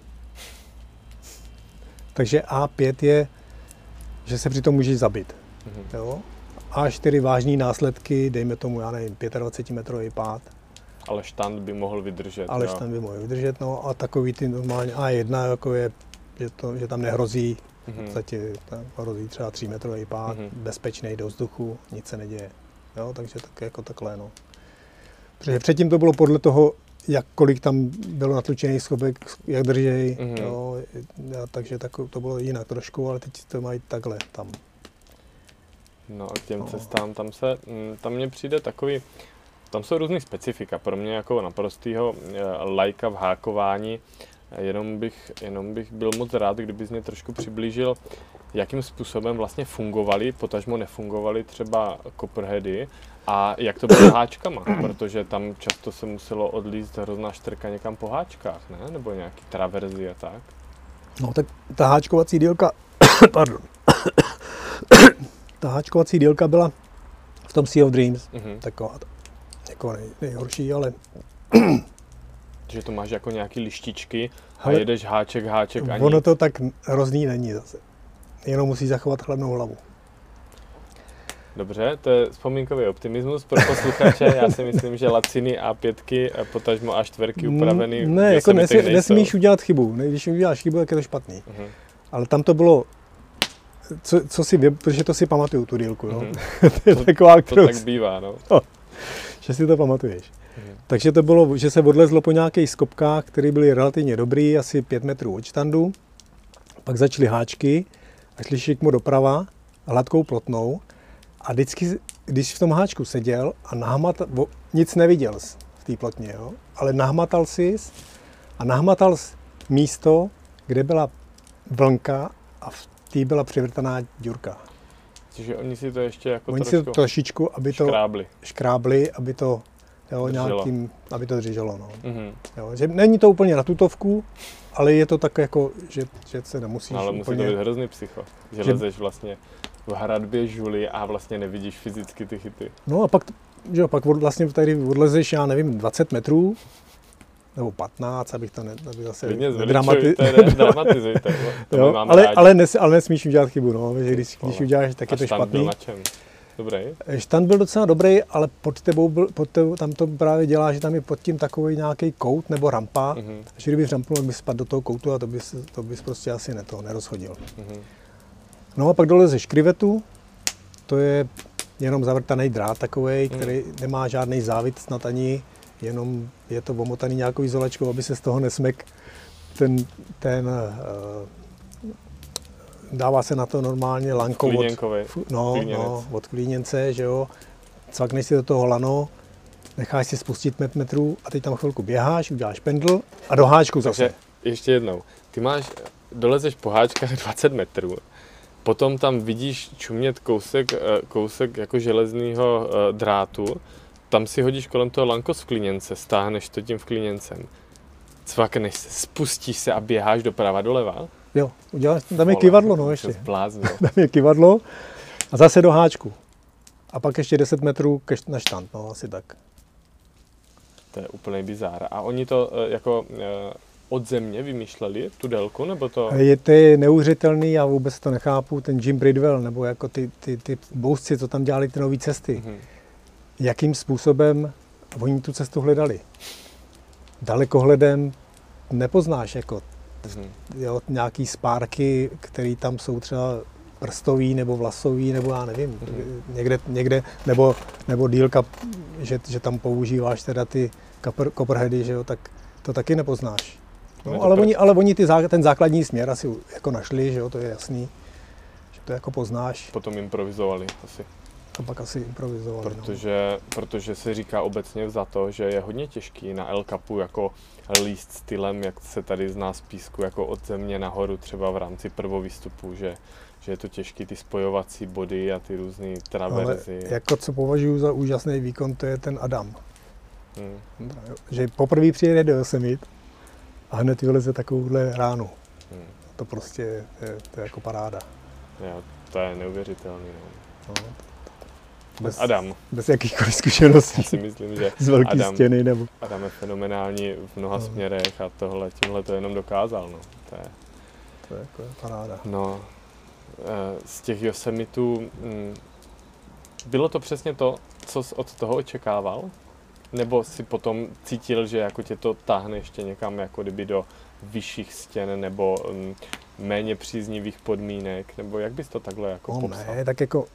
Takže A pět je, že se přitom můžeš zabít. Mhm. Jo? A čtyři vážný následky, dejme tomu, já nevím, dvacet pět metrový pád, Ale štand by mohl vydržet. ale jo. tam by mohl vydržet. No, a takový ty normálně A jedna, jako je, že, to, že tam nehrozí, v Mhm. podstatě tam hrozí třeba tři metrový pád, Mhm. bezpečný do vzduchu, nic se neděje. Jo? Takže tak, jako takhle. No. Protože předtím to bylo podle toho, jak kolik tam bylo natlučených schopek, jak držej, Mhm. jo? A takže tak, to bylo jinak trošku, ale teď to mají takhle tam. No a k těm No. cestám, tam se, mm, tam mně přijde takový, tam jsou různý specifika. Pro mě jako naprostýho eh, lajka v hákování, eh, jenom bych, jenom bych byl moc rád, kdybys mě trošku přiblížil, jakým způsobem vlastně fungovaly, potažmo nefungovaly třeba copperheady a jak to bylo s háčkama, protože tam často se muselo odlízt hrozná štrka někam po háčkách, ne? Nebo nějaký traverzy a tak. No tak ta háčkovací dílka, pardon, ta háčkovací dílka byla v tom Sea of Dreams, Mhm. taková jako nej, nejhorší, ale Že to máš jako nějaký lištičky a Hele, jedeš háček, háček a ono nic. to tak hrozný není zase. Jenom musí zachovat chladnou hlavu. Dobře, to je vzpomínkový optimismus pro posluchače. Já si myslím, že laciny A pět, potažmo A čtyři upravený Ne, v jako Yosemitech nesmí, nejsou. nesmíš udělat chybu. Ne, když uděláš chybu, tak je to špatný. Mhm. Ale tam to bylo co, co si vě, protože to si pamatuju, tu dílku, jo. Mm-hmm. to je to, taková, to tak bývá, no. no. Že si to pamatuješ. Mm-hmm. Takže to bylo, že se odlezlo po nějakých skopkách, které byly relativně dobrý, asi pět metrů od štandu. Pak začaly háčky a šli šikmo doprava, hladkou plotnou. A vždycky, když v tom háčku seděl a nahmatal, nic neviděl v té plotně, jo, ale nahmatal si a nahmatal místo, kde byla vlnka a v té byla přivrtaná děrka. Takže oni si to ještě jako oni si trošku to trošičku, aby to škrábli. škrábli, aby to, jo, Drželo. nějakým, aby to drželo. No. Mm-hmm. Jo, že není to úplně na tutovku, ale je to tak jako, že, že se nemusíš No, ale musí úplně... to být hrozný psycho, že, Že- lezeš vlastně v hradbě žuli a vlastně nevidíš fyzicky ty chyty. No a pak, že jo, pak od, vlastně tady odlezeš, já nevím, dvacet metrů, nebo patnáct, abych to ne, abych zase Klidně dramati- zveličujte, ne, dramatizujte. To jo, máme ale, rádi. ale, nes, ale nesmíš udělat chybu, no, že když, když Ale- uděláš, tak je A to štand byl špatný. na čem? Dobrý. Štand byl docela dobrý, ale pod tebou byl, pod tebou, tam to právě dělá, že tam je pod tím takový nějaký kout nebo rampa, Mhm. že kdybych žampnul, tak bys spadl do toho koutu a to bys, to bys prostě asi ne, to nerozhodil. Mhm. No a pak dolezeš krivetu, to je jenom zavrtaný drát takovej, který nemá žádný závit snad ani, jenom je to omotaný nějakou izolačkou, aby se z toho nesmek ten, ten uh, dává se na to normálně lankou od, Klíněnkovej. no, klíněnec. no, od klíněnce, že jo, cvakneš si do toho lano, necháš si spustit met metrů a teď tam chvilku běháš, uděláš pendl a do háčku zase. Takže ještě jednou, ty máš, dolezeš po háčkách dvacet metrů, potom tam vidíš čumět kousek, eh, kousek jako železného eh, drátu, tam si hodíš kolem toho lanko z klíněnce, stáhneš to tím vklíněncem, cvakneš se, spustíš se a běháš doprava doleva. Jo, uděláš, tam je Vole, kivadlo, no jsem ještě. se zbláznil. Tam je kivadlo a zase do háčku. A pak ještě deset metrů ke, na štant, no asi tak. To je úplný bizár. A oni to eh, jako eh, od země vymýšleli, tu délku, nebo to... Je to je neuvěřitelný, já vůbec to nechápu, ten Jim Bridwell, nebo jako ty, ty, ty bousci, co tam dělali ty nové cesty. Mhm. Jakým způsobem oni tu cestu hledali. Dalekohledem nepoznáš jako Mhm. jo, nějaký spárky, které tam jsou třeba prstový nebo vlasový, nebo já nevím, Mhm. někde, někde, nebo, nebo dílka, že, že tam používáš teda ty copper, copperheady, že jo, tak to taky nepoznáš. Je No, to ale, pr- oni, ale oni ty, zá- ten základní směr asi jako našli, že jo, to je jasný, že to jako poznáš, Potom improvizovali asi. to pak asi improvizovali. No. Protože, protože se říká obecně za to, že je hodně těžký na El Capu jako líst stylem, jak se tady zná z písku, jako od země nahoru, třeba v rámci prvovýstupu, že, že je to těžký ty spojovací body a ty různé Ale traverzy. jako co považuji za úžasný výkon, to je ten Adam. Hmm. Že poprvé přijede do Yosemite a hned vyleze takovouhle ránu. Hmm. To prostě je, to je jako paráda. Jo, to je neuvěřitelný. No. No. Bez, Adam, bez jakýchkoliv zkušeností já si myslím, že z velké Adam, stěny nebo... Adam je fenomenální v mnoha No. směrech a tohle, tímhle to jenom dokázal. No. To je, To je jako paráda. no, eh, z těch Yosemitů, mm, bylo to přesně to, co jsi od toho očekával? Nebo si potom cítil, že jako tě to táhne ještě někam jako kdyby do vyšších stěn nebo um, méně příznivých podmínek? Nebo jak bys to takhle jako No popsal? ne, tak jako...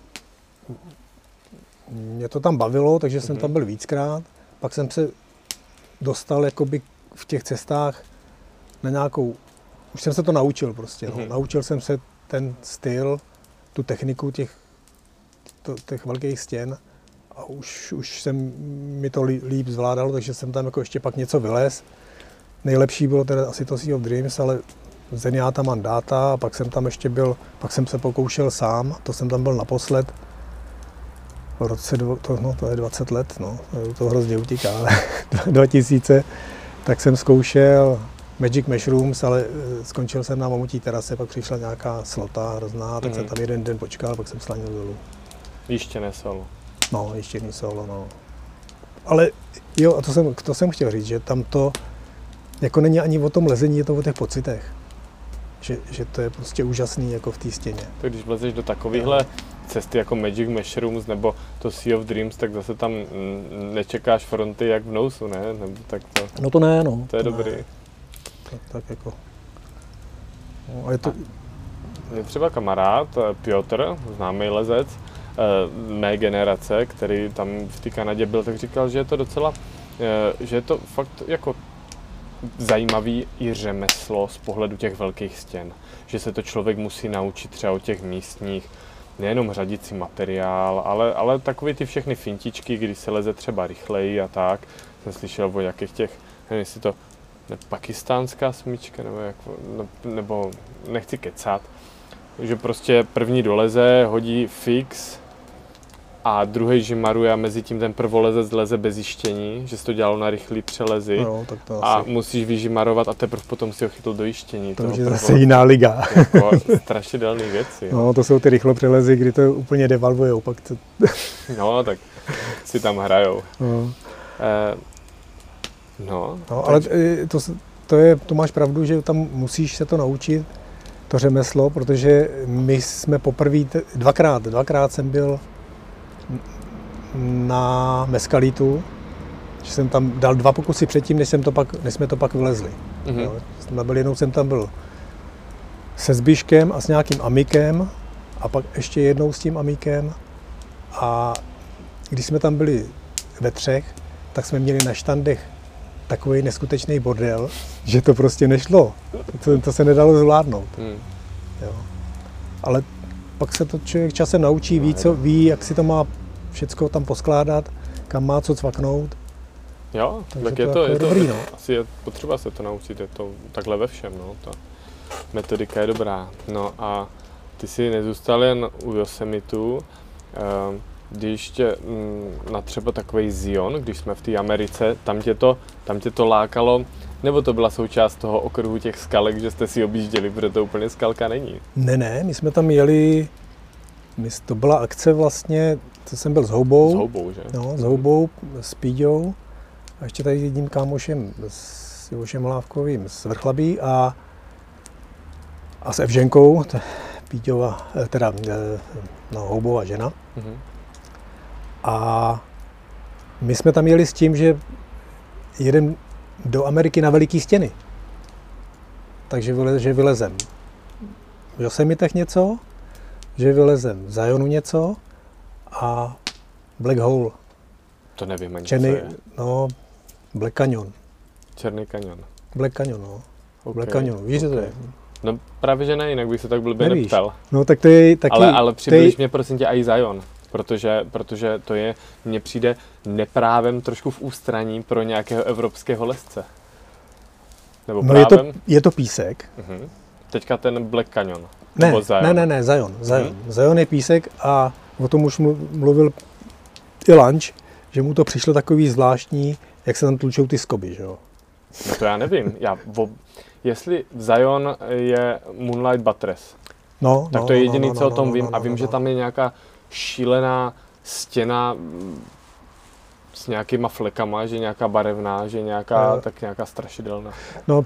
Mě to tam bavilo, takže jsem Mhm. tam byl víckrát. Pak jsem se dostal jakoby v těch cestách na nějakou... Už jsem se to naučil prostě. No. Mhm. Naučil jsem se ten styl, tu techniku těch, to, těch velkých stěn a už, už jsem mi to lí- líp zvládalo, takže jsem tam jako ještě pak něco vylez. Nejlepší bylo teda asi to Sea of Dreams, ale Zenyatta Mandata, a pak jsem tam ještě byl, pak jsem se pokoušel sám, to jsem tam byl naposled v roce, dvo, to, no, to je dvacet let, no, to hrozně utíká, ale dva tisíce, tak jsem zkoušel Magic Mushrooms, ale eh, skončil jsem na Mamutí terase, pak přišla nějaká slota hrozná, tak Mhm. jsem tam jeden den počkal, pak jsem slanil dolů. Ještě ne solo. No, ještě jedný solo, no. Ale jo, a to jsem, to jsem chtěl říct, že tam to jako není ani o tom lezení, je to o těch pocitech. Že, že to je prostě úžasný jako v té stěně. Tak když vlezeš do takovýchhle cesty jako Magic Mushrooms nebo to Sea of Dreams, tak zase tam mm, nečekáš fronty jak v Nousu, ne? Nebo tak to, No to ne, no. to je ne. dobrý. Tak, tak jako. No, a je to, mě třeba kamarád Piotr, známý lezec, mé generace, který tam v té Kanadě byl, tak říkal, že je to docela, že je to fakt jako zajímavý i řemeslo z pohledu těch velkých stěn. Že se to člověk musí naučit třeba od těch místních, nejenom řadit si materiál, ale, ale takový ty všechny fintičky, kdy se leze třeba rychleji a tak. Jsem slyšel o jakých těch, nevím, jestli to ne, pakistánská smyčka, nebo, jak, nebo nechci kecat, že prostě první doleze, hodí fix a druhý žimaruje a mezi tím ten prvolezec leze bez jištění, že se to dělalo na rychlý přelezy No, tak to a asi. musíš vyžimarovat a teprve potom si ho chytl do jištění. To už toho je zase prvoleze. jiná liga. Jako strašidelný věci. Jo. No, to jsou ty rychlo přelezy, kdy to úplně devalvujou. Pak to... No, tak si tam hrajou. no. Eh, no, No, tak- ale eh, to, s- to, je, to máš pravdu, že tam musíš se to naučit, to řemeslo, protože my jsme poprvé, t- dvakrát, dvakrát jsem byl na Meskalitu, že jsem tam dal dva pokusy předtím, než, jsem to pak, než jsme to pak vylezli. Mhm. Jo. Jsem byl, jednou jsem tam byl se Zbyškem a s nějakým Amikem a pak ještě jednou s tím Amikem a když jsme tam byli ve třech, tak jsme měli na štandech takový neskutečný bordel, že to prostě nešlo. To, to se nedalo zvládnout. Hmm. Jo. Ale pak se to člověk časem naučí, ví, co, ví, jak si to má všecko tam poskládat, kam má co cvaknout. Jo, Takže tak to je to, jako je je to, dobrý, no. asi je potřeba se to naučit, je to takhle ve všem, no, ta metodika je dobrá. No a ty jsi nezůstal jen u Yosemitu, ehm, když tě mm, na třeba takovej Zion, když jsme v té Americe, tam tě, to, tam tě to lákalo, nebo to byla součást toho okruhu těch skalek, že jste si objížděli, protože to úplně skalka není? Ne, ne, my jsme tam jeli, my, to byla akce vlastně, to jsem byl s Houbou, S houbou, že? no, s Houbou, s Píďou a ještě tady jedním kámošem, s Jošem Hlávkovým z Vrchlabí a, a s Evženkou, to je Píďova, eh, teda eh, no, Houbova žena. Mhm. A my jsme tam jeli s tím, že jedem do Ameriky na veliký stěny. Takže vyle, že vylezem v Yosemitech něco, že vylezem v Zionu něco a Black Hole, To nevím ani, Černý, co je. no, Black Canyon. Černý kanion. Black Canyon, no. Okay. Black Canyon, víš, co to je? No právě, že ne, jinak bych se tak blbě Nevíš. neptal. No tak to je taky... Ale, ale to přibliž je, mě prosím tě i Zion, protože, protože to je, mně přijde neprávem trošku v ústraní pro nějakého evropského lezce. Nebo no je to, právem? je to písek. Mhm. Teďka ten Black Canyon. Ne, nebo Zion. ne, ne, ne, Zion. Zion. Mhm. Zion je písek a o tom už mlu- mluvil i Lanč, že mu to přišlo takový zvláštní, jak se tam tlučou ty skoby, že jo. No to já nevím. Já, vo, jestli Zion je Moonlight Buttress, No, tak no, to je no, jediný, no, co no, o tom no, vím. no, A vím, no, že no. tam je nějaká šílená stěna mm, s nějakýma flekama, že nějaká barevná, že nějaká, Jo. tak nějaká strašidelná. No,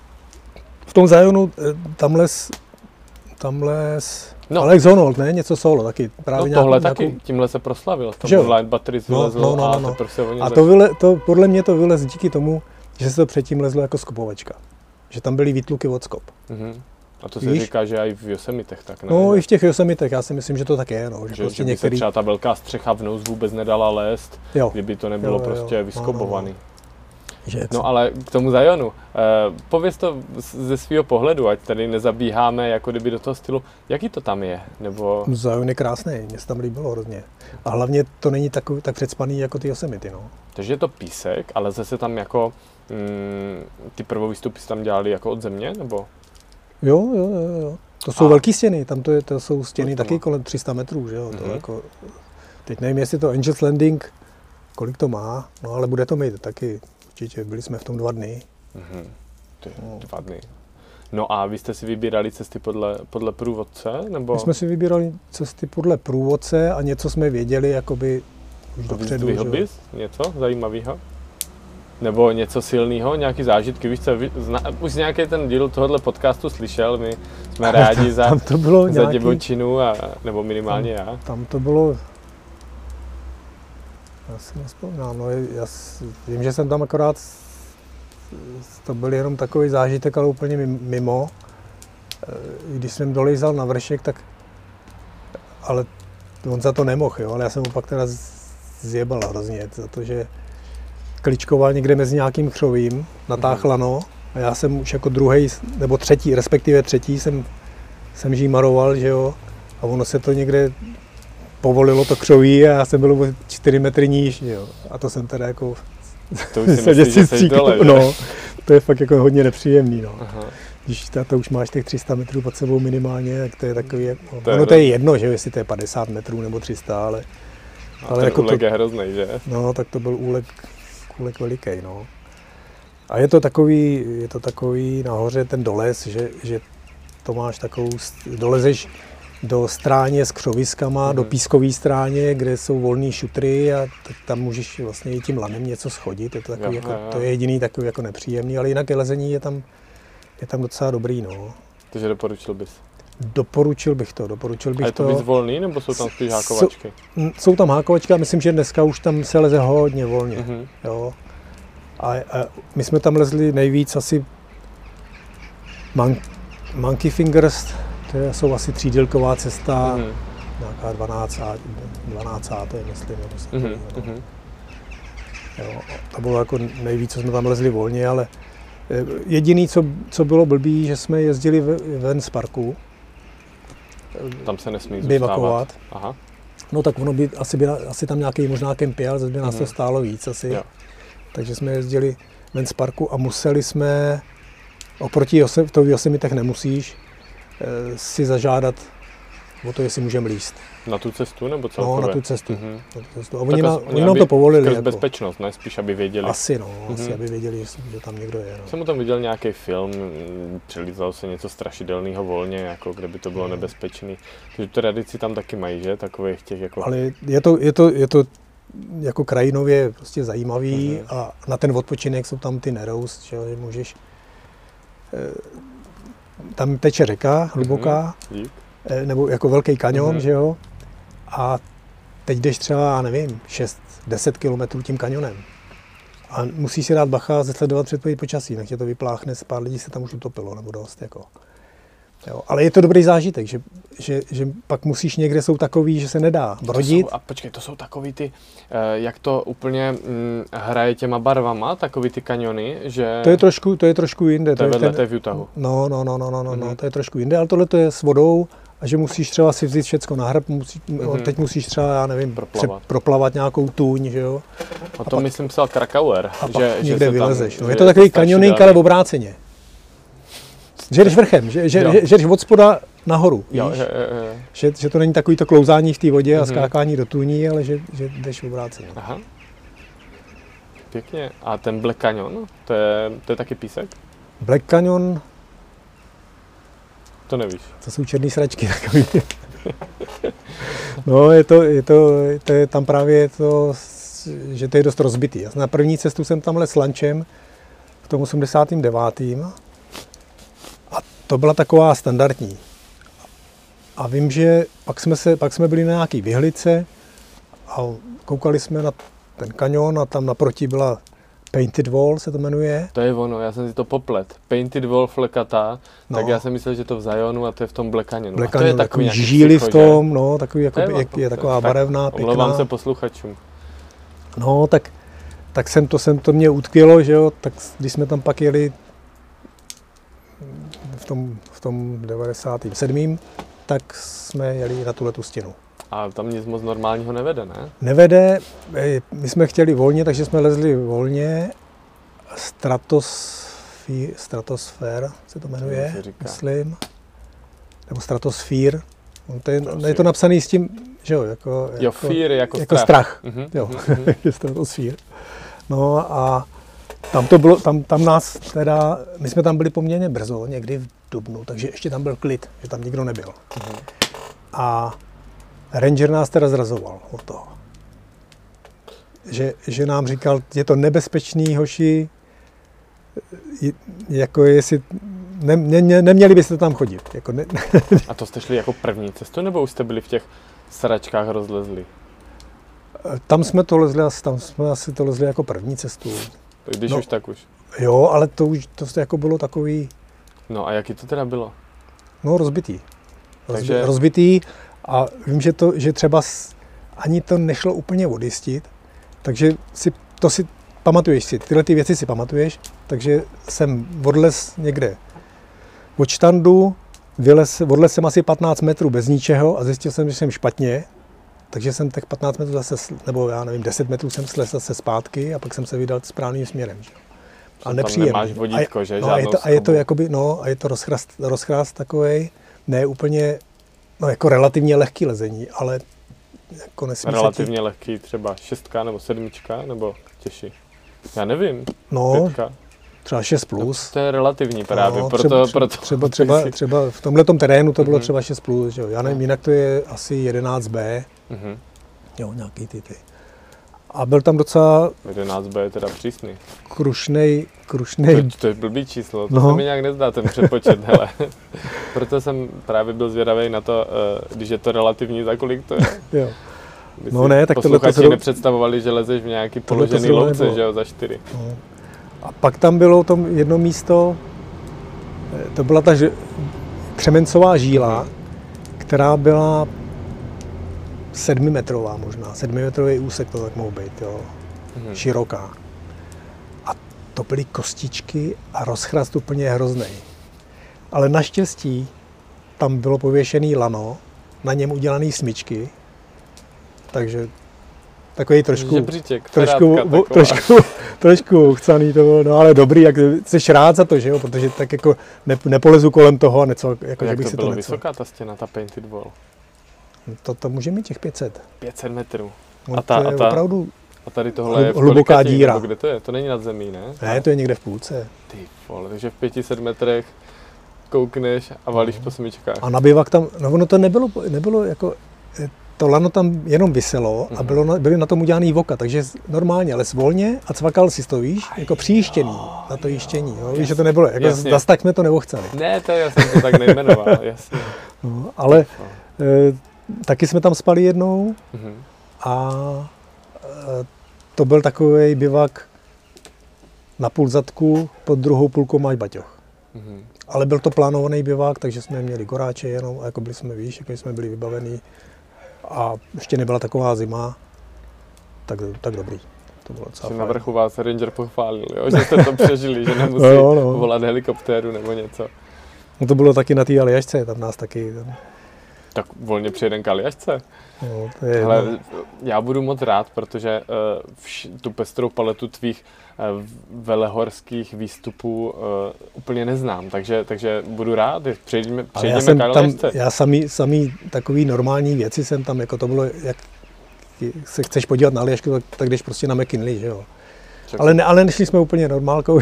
v tom Zionu eh, tam les, tam les, No. Alex Honnold, ne? Něco solo taky. Právě No tohle nějakou, taky, nějakou, tímhle se proslavil. V Že jo? tom Moonlight Buttress No, vylezl no, no, a no, no. teprve se o něm A zač- to, vyle, to podle mě to vylez díky tomu, že se to předtím lezlo jako skopovačka. Že tam byly výtluky od skop. Mhm. A to se Víš? říká, že i v Yosemitech tak ne? No Že- i v těch Yosemitech, já si myslím, že to tak je, no. Že, že, prostě že by některý, se třeba ta velká střecha v nous vůbec nedala lézt, jo, kdyby to nebylo Jo, jo, jo. prostě No, no, vyskobovaný. že No ale k tomu Zionu, eh, pověz to z- ze svého pohledu, ať tady nezabíháme jako kdyby do toho stylu, jaký to tam je, nebo... Zion je krásný, mně se tam líbilo hrozně. A hlavně to není takový, tak předspaný jako ty Yosemity, no. Takže je to písek, ale zase tam jako, mm, ty prvovýstupy se tam dělali jako od země, nebo? Jo, jo, jo, jo. To jsou A- velké stěny, tam to, je, to jsou stěny To to taky má. kolem tři sta metrů, že jo. To Mhm. jako, teď nevím, jestli to Angels Landing, kolik to má, no ale bude to mít taky, určitě, byli jsme v tom dva dny. Mhm. Ty, No. dva dny. No a vy jste si vybírali cesty podle, podle průvodce, nebo? My jsme si vybírali cesty podle průvodce a něco jsme věděli, jakoby už dopředu, že Vyzdvihl jo. bys něco zajímavého? Nebo něco silného, nějaký zážitky, víš co, vy, zna, už nějaký ten díl tohohle podcastu slyšel, my jsme rádi za, Tam to bylo za nějaký, divočinu, a, nebo minimálně já. tam to bylo, já si nespomínám, no, já s- vím, že jsem tam akorát, s- to byl jenom takový zážitek, ale úplně mim- mimo. když jsem dolejzal na vršek, tak, ale on za to nemohl, jo, ale já jsem ho pak teda zjebal hrozně, za to, že kličkoval někde mezi nějakým křovím, natáhl lano a já jsem už jako druhý nebo třetí, respektive třetí jsem, jsem žímaroval, že jo, a ono se to někde povolilo to křoví a já jsem byl o čtyři metry níž, jo, a to jsem teda jako to už si myslíš, že jsi dole, že? No, to je fakt jako hodně nepříjemný, no. Aha. Když ta, to už máš těch tři sta metrů pod sebou minimálně, tak to je takový, no, to ono je to je jedno, že jestli to je padesát metrů nebo tři sta, ale... A ale ten jako úlek to, je hrozný, že? No, tak to byl úlek, úlek veliký, no. A je to takový, je to takový nahoře ten doles, že, že to máš takovou, dolezeš do stráně s křoviskama, mm-hmm. do pískové stráně, kde jsou volný šutry a tam můžeš vlastně i tím lanem něco schodit, je to, takový, jo, jako, jo. To je jediný takový jako nepříjemný, ale jinak je lezení je tam, je tam docela dobrý, no. Takže doporučil bys? Doporučil bych to, doporučil bych to. A je to, to víc volný, nebo jsou tam spíš hákovačky? Jsou, jsou tam hákovačky a myslím, že dneska už tam se leze hodně volně, mm-hmm. jo. A, a my jsme tam lezli nejvíc asi mon, Monkey Fingers, to jsou asi třídílková cesta, mm-hmm. nějaká dvanáctá, dvanáctá to je, myslím. Mm-hmm. No. Jo, to bylo jako nejvíc, co jsme tam lezli volně, ale jediný, co, co bylo blbý, že jsme jezdili ven z parku. Tam se nesmí zůstávat. Aha. No tak ono by asi, by, asi tam nějaký možná kempy, ale zase by nás mm-hmm. to stálo víc asi. Jo. Takže jsme jezdili ven z parku a museli jsme, oproti v tou Yosemitech nemusíš, si zažádat o to, jestli můžeme líst. Na tu cestu nebo celkově? No, na tu cestu. Mm-hmm. Na tu cestu. A oni, tak na, oni, oni nám to povolili. Jako bezpečnost, ne? Spíš, aby věděli. Asi, no. Mm-hmm. Asi, aby věděli, že tam někdo je. No. Jsem tam viděl nějaký film, přelízalo se něco strašidelného volně, jako kde by to bylo mm. nebezpečné. Takže tradici tam taky mají, že? Takových těch jako... Ale je to, je to, je to jako krajinově prostě zajímavý mm-hmm. a na ten odpočinek jsou tam ty Narrows, že můžeš... Tam teče řeka, hluboká, mm-hmm. nebo jako velký kanion, mm-hmm. že jo? A teď jdeš třeba, já nevím, šest deset kilometrů tím kanionem. A musíš si dát bacha, zasledovat předpověď počasí, nech tě to vypláchne, pár lidí se tam už utopilo, nebo dost, jako. Jo, ale je to dobrý zážitek, že, že, že pak musíš někde, jsou takový, že se nedá brodit. To jsou, a počkej, to jsou takový ty, jak to úplně hm, hraje těma barvama, takový ty kaniony, že... To je trošku, to je trošku jinde. To je vedle té v Utahu. No, no, no, no, no, no, mm-hmm. no, to je trošku jinde, ale tohle to je s vodou a že musíš třeba si vzít všecko na hrb, musí, mm-hmm. teď musíš třeba, já nevím, proplavat, proplavat nějakou tůň, že jo. A to a myslím psal Krakauer, a že, že někde se vylezeš. tam, no, je to takový kanioning, ale v obráceně. Že jdeš vrchem, že, že, že, že jdeš od spoda nahoru, jo, víš? Je, je, je. Že, že to není takový to klouzání v té vodě mm-hmm. a skákání do tůní, ale že, že jdeš obráceně. Aha. Pěkně. A ten Black Canyon, to je, to je taky písek? Black Canyon... To nevíš. To jsou černý sračky takový. No, je to, je to, to je tam právě to, že to je dost rozbitý. Na první cestu jsem tamhle s lančem v tom osmdesátém devátém A to byla taková standardní. A vím, že pak jsme, se, pak jsme byli na nějaký vyhlice a koukali jsme na ten kanion a tam naproti byla Painted Wall, se to jmenuje. To je ono, já jsem si to poplet. Painted Wall flekatá, no. Tak já jsem myslel, že to v Zionu a to je v tom Black Canyonu. Black Canyon, to je takový žíly v tom, že? No, takový jako, je, je, je taková tak, barevná, pěkná. Omlouvám se posluchačům. No, tak, tak jsem to, jsem to mě utkvělo, že jo, tak když jsme tam pak jeli v tom, v tom devadesátém sedmém tak jsme jeli na tuhletu stěnu. A tam nic moc normálního nevede, ne? Nevede, my jsme chtěli volně, takže jsme lezli volně. Stratosfér, stratosfér se to jmenuje, to myslím. Nebo stratosfér. To je, je to napsaný s tím, že jo, jako, jo, jako, fear jako, jako strach. strach. Mm-hmm, jo, mm-hmm. je stratosfér. No a tam to bylo, tam, tam nás teda, my jsme tam byli poměrně brzo, někdy v dubnu, takže ještě tam byl klid, že tam nikdo nebyl. Mm-hmm. A ranger nás teda zrazoval od toho. Že, že nám říkal, je to nebezpečný, hoši, jako jestli, ne, ne, neměli byste tam chodit. Jako ne, A to jste šli jako první cestu, nebo už jste byli v těch sračkách rozlezli? Tam jsme to lezli, tam jsme asi to lezli jako první cestu. Když no, už, tak už. Jo, ale to už to jako bylo takový... No a jaký to teda bylo? No, rozbitý. Rozbi, Takže- Rozbitý a vím, že, to, že třeba s, ani to nešlo úplně odjistit, takže si, to si pamatuješ si, tyhle ty věci si pamatuješ, takže jsem odlez někde od štandu, vylez, odlez jsem asi patnáct metrů bez ničeho a zjistil jsem, že jsem špatně, takže jsem těch patnáct metrů zase, s- nebo já nevím, deset metrů jsem slez zase zpátky a pak jsem se vydal správným směrem. Že? A Tam nepříjemný. nemáš vodítko, že? No, a je Žádnou to, a je to schobu. jakoby, no, a je to rozchrast, rozchrast takovej, ne úplně, no jako relativně lehký lezení, ale jako nesmí Relativně se ti, lehký, třeba šestka nebo sedmička, nebo těžší. Já nevím, no, pětka. třeba šest plus. To je relativní právě, no, proto, třeba, proto třeba, třeba, třeba v tomhletom terénu to bylo Mhm. třeba šest plus, že jo. Já nevím, jinak to je asi jedenáct bé, Mhm. jo, nějaký ty ty. A byl tam docela jedenáct bé je teda přísný. krušnej, krušnej, To, to je blbý číslo, to No. se mi nějak nezdá ten přepočet, hele. Proto jsem právě byl zvědavý na to, eh, když je to relativní, za kolik to je. jo. By No si ne, tak tohle to posluchači se do- nepředstavovali, že lezeš v nějaký Tohle to položený zrovna louce, nebylo. že jo, za čtyři. No. A pak tam bylo tom jedno místo, eh, to byla ta ž- křemencová žíla, která byla sedmimetrová možná, sedmimetrový úsek to tak mohl být, jo, Mhm. široká. A to byly kostičky a rozchrast úplně hrozný. Ale naštěstí tam bylo pověšený lano, na něm udělaný smyčky, takže takový trošku... Žebříček, Trošku, ferátka vo- taková. trošku, trošku chcaný to bylo, no ale dobrý, jak jsi rád za to, že jo, protože tak jako ne, nepolezu kolem toho a něco, jako že Jak bych to si bylo to něco. vysoká ta stěna, ta painted wall? To, to může mít těch pět set. pět set metrů. No, A ta- to je a ta- opravdu, A tady tohle je v Hluboká kolikátý, díra. nebo kde to je? To není nad zemí, ne? ne, to je někde v půlce. Ty vole, takže v pěti set metrech koukneš a valíš po smyčkách. A na bivak tam, no ono to nebylo, nebylo jako, eh, to lano tam jenom viselo a Mhm. bylo na, byly na tom udělaný voka, takže normálně, ale volně a cvakal si to, víš, jako přijištěný na to jištění, jo, víš, že to nebylo, jako Jasně. zas tak jsme to neochceli. Ne, to já jsem to tak nejmenoval, jasně. No, ale e, taky jsme tam spali jednou Mhm. a e, to byl takový bivak na půl zadku, pod druhou půlkou máš baťoch. Mhm. Ale byl to plánovaný bivák, takže jsme měli goráče jenom, a jako byli jsme, víš, jako jsme byli vybavení a ještě nebyla taková zima, tak, tak dobrý. To bylo docela Že fajn. na vrchu vás ranger pochválil, jo? Že jste to přežili, že nemusí No, no. volat helikoptéru nebo něco. No to bylo taky na té Aljašce, tam nás taky, tam, Tak volně přijeden k Aljašce. no, to je, Ale no, já budu moc rád, protože uh, vš, tu pestrou paletu tvých uh, velehorských výstupů uh, úplně neznám, takže, takže budu rád, přejdeme, ale já přejdeme jsem k tam, Aljašce. já samý, samý takový normální věci jsem tam, jako to bylo, jak se chceš podívat na Aljašku, tak, tak jdeš prostě na McKinley, že jo. Čak- Ale, ne, ale nešli jsme úplně normálkou,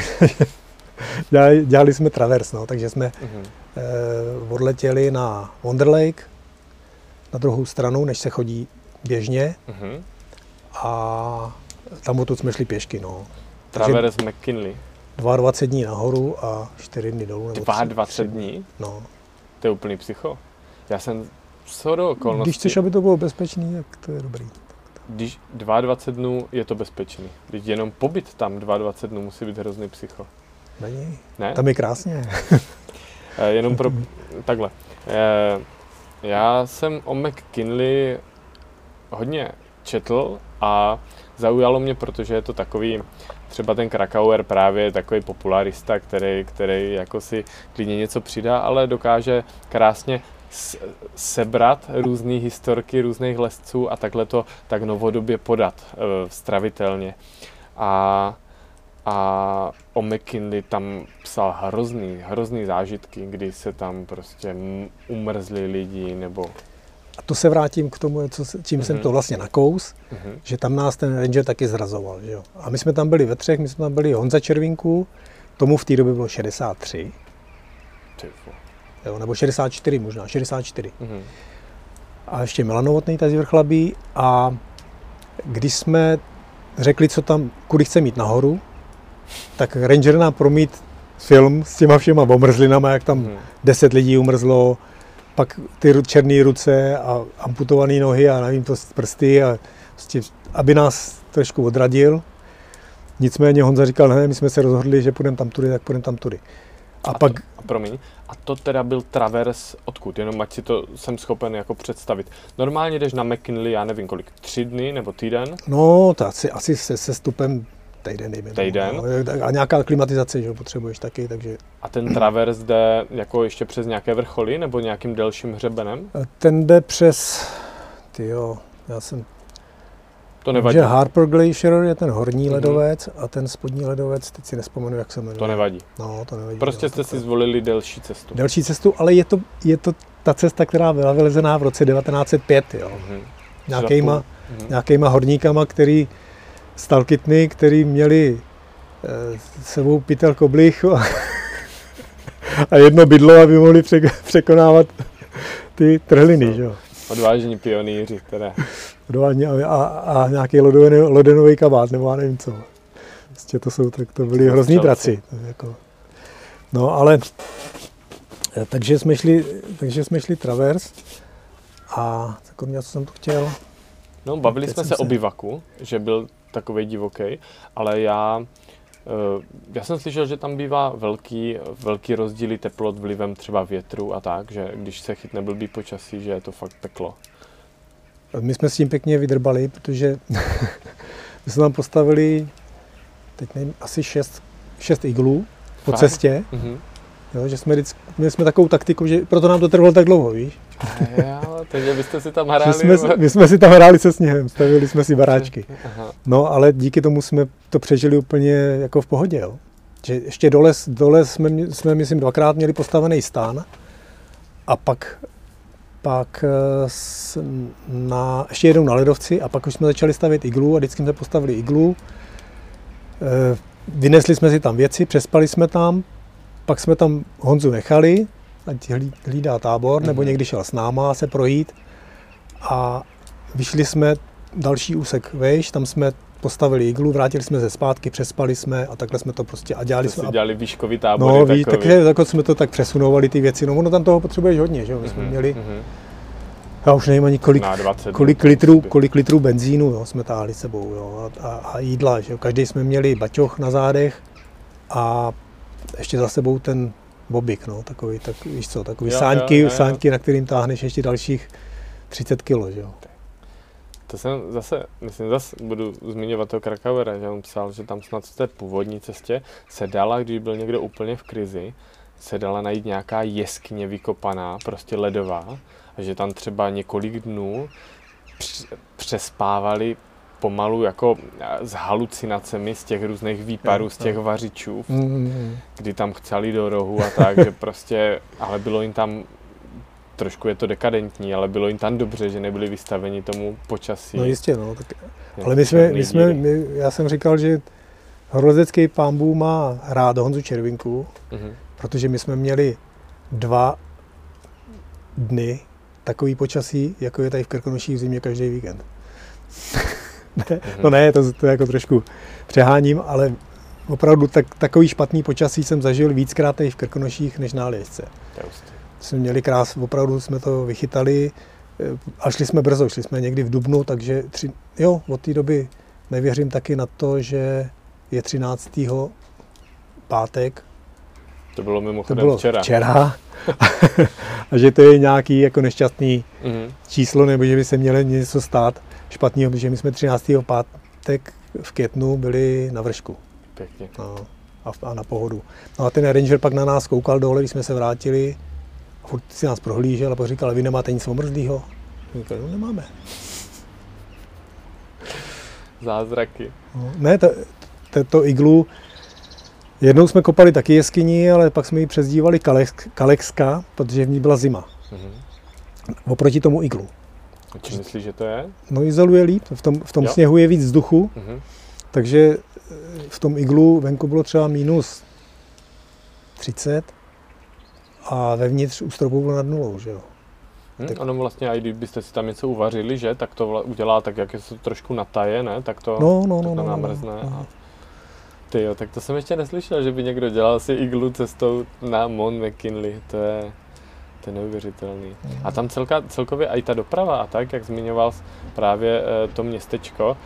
dělali, dělali jsme travers, no, takže jsme Mhm. eh, odletěli na Wonder Lake, na druhou stranu, než se chodí běžně Mhm. a tam odtud jsme šli pěšky, no. Takže Travers McKinley. dvacet dva dní nahoru a čtyři dny dolů. nebo tři- dvacet dva tři- dní? No. To je úplný psycho. Já jsem shodou okolností, Když chceš, aby to bylo bezpečný, tak to je dobrý. když dvacet dva dnů je to bezpečný. Když jenom pobyt tam dvacet dva dnů musí být hrozný psycho. Není? Ne? Tam je krásně. Eh, jenom pro... Takhle. Eh, já jsem o McKinley hodně četl a zaujalo mě, protože je to takový, třeba ten Krakauer právě je takový popularista, který, který jako si klidně něco přidá, ale dokáže krásně s- sebrat různé historky různých lesců a takhle to tak novodobě podat eh, stravitelně. A A o McKinley tam psal hrozný, hrozný zážitky, kdy se tam prostě m- umrzli lidi, nebo... A to se vrátím k tomu, co, se- čím jsem Mhm. to vlastně nakous, Mhm. že tam nás ten ranger taky zrazoval. Že jo? A my jsme tam byli ve třech, my jsme tam byli Honza Červinku, tomu v té době bylo šedesát tři, Ty vole. jo, nebo šedesát čtyři možná, šedesát čtyři. Mhm. A ještě Milan Novotný, tady vrchlabí. A když jsme řekli, co tam, kudy chce mít nahoru, tak ranger nám promít film s těma všema omrzlinama, jak tam Mhm. deset lidí umrzlo, pak ty ru- černé ruce a amputované nohy a nevím, to z prsty, a prostě, aby nás trošku odradil. Nicméně Honza říkal, ne, my jsme se rozhodli, že půjdeme tam tudy, tak půjdeme tam tudy. A, A, pak, to, a promiň. A to teda byl travers odkud? Jenom ať si to jsem schopen jako představit. Normálně jdeš na McKinley, já nevím kolik, tři dny nebo týden? No, to asi, asi se sestupem týden, dejme. Týden? No, a nějaká klimatizace, že potřebuješ taky, takže... A ten travers jde jako ještě přes nějaké vrcholy nebo nějakým delším hřebenem? Ten jde přes, tyjo, já jsem... To nevadí. Že Harper Glacier je ten horní mm-hmm. ledovec a ten spodní ledovec, teď si nespomenu, jak se jmenuje. To nevadí. No, to nevadí. Prostě no, jste to si to... zvolili delší cestu. Delší cestu, ale je to, je to ta cesta, která byla vylezená v roce devatenáct set pět, jo. Mm-hmm. Nějakýma, mm-hmm. nějakýma horníkama, který stalkitny, který měli e, sebou pytel koblich a, a jedno bydlo, aby mohli překonávat ty trhliny, že jo. Odvážní pionýři, teda. Odvážní a, a, a nějaký lodenový kabát, nebo já nevím co. Prostě to jsou, tak to byli to hrozný draci. Jako. No ale, takže jsme šli, takže jsme šli travers a takový, co jsem tu chtěl. No, bavili jsme se o bivaku, že byl takovej divoký, ale já, já jsem slyšel, že tam bývá velký, velký rozdíly teplot vlivem třeba větru a tak, že když se chytne blbý počasí, že je to fakt peklo. My jsme s tím pěkně vydrbali, protože my jsme tam postavili teď nevím, asi šest, šest iglů po fakt? Cestě. Mm-hmm. Jo, že jsme vždycky, měli jsme takovou taktiku, že proto nám to trvalo tak dlouho, víš? Jo, takže byste si tam hráli. Jsme, my jsme si tam hráli se sněhem, stavili jsme si baráčky. Aha. No, ale díky tomu jsme to přežili úplně jako v pohodě, jo. Že ještě dole, dole jsme, jsme, myslím, dvakrát měli postavený stán a pak, pak na, ještě jednou na ledovci a pak už jsme začali stavět iglu a vždycky jsme postavili iglu. Vynesli jsme si tam věci, přespali jsme tam, pak jsme tam Honzu nechali, ať hlídá tábor, nebo někdy šel s náma se projít. A vyšli jsme další úsek vejš, tam jsme postavili iglu, vrátili jsme se zpátky, přespali jsme a takhle jsme to prostě a dělali to jsme. Si dělali výškový tábory. No, ví, takže tak jsme to tak přesunovali ty věci. No, ono tam toho potřebuješ hodně, že jo? My mm-hmm, jsme měli, mm-hmm. já už nevím ani kolik, kolik, litrů, kolik litrů benzínu, jo, jsme táhli sebou, jo, a, a jídla, že jo? Každý jsme měli baťoch na zádech a ještě za sebou ten bobik, no, takový, tak víš co, takový jo, sáňky, jo, jo, jo. sáňky, na kterým táhneš ještě dalších třicet kilo, že jo. To jsem zase, myslím, zase budu zmiňovat toho Krakauera, že on psal, že tam snad v té původní cestě se dala, když byl někdo úplně v krizi, se dala najít nějaká jeskyně vykopaná, prostě ledová, a že tam třeba několik dnů přespávali pomalu jako s halucinacemi z těch různých výparů, z těch vařičů, mm-hmm. kdy tam chceli do rohu a tak, že prostě, ale bylo jim tam, trošku je to dekadentní, ale bylo jim tam dobře, že nebyli vystaveni tomu počasí. No jistě, no, tak, ale my jsme, my jsme my, já jsem říkal, že horolezecký pánbůh má rád Honzu Červinku, mm-hmm. protože my jsme měli dva dny takový počasí, jako je tady v Krkonoších v zimě každý víkend. Ne, no ne, to, to jako trošku přeháním, ale opravdu tak, takový špatný počasí jsem zažil víckrát tady v Krkonoších než na Aljašce. Jsme měli krás, opravdu jsme to vychytali a šli jsme brzo, šli jsme někdy v dubnu, takže tři, jo, od té doby nevěřím taky na to, že je třináctého pátek. To bylo mimochodem to bylo včera. včera. A že to je nějaký jako nešťastný mm-hmm. číslo, nebo že by se mělo něco stát špatného, protože my jsme třináctého pátek v květnu byli na vršku. Pěkně. No, a, a na pohodu. No a ten ranger pak na nás koukal dole, když jsme se vrátili a furt si nás prohlížel a pak říkal, vy nemáte nic omrzlýho? Říkal, no nemáme. Zázraky. No, ne, to, to, to iglu, jednou jsme kopali taky jeskyni, ale pak jsme ji přezdívali Kalexka, protože v ní byla zima. Mm-hmm. Oproti tomu iglu. A čím myslíš, že to je? No izoluje líp, v tom, v tom sněhu je víc vzduchu, mm-hmm. takže v tom iglu venku bylo třeba minus třicet a vevnitř u stropu bylo nad nulou, že jo. Hmm, tak... Ono vlastně, i kdybyste si tam něco uvařili, že, tak to udělá tak, jak se to trošku nataje, ne, tak to, no, no, tak no, to no, namrzne. No, no. A... Ty jo, tak to jsem ještě neslyšel, že by někdo dělal si iglu cestou na Mount McKinley, to je... To je neuvěřitelný. A tam celka, celkově i ta doprava a tak, jak zmiňoval právě to městečko,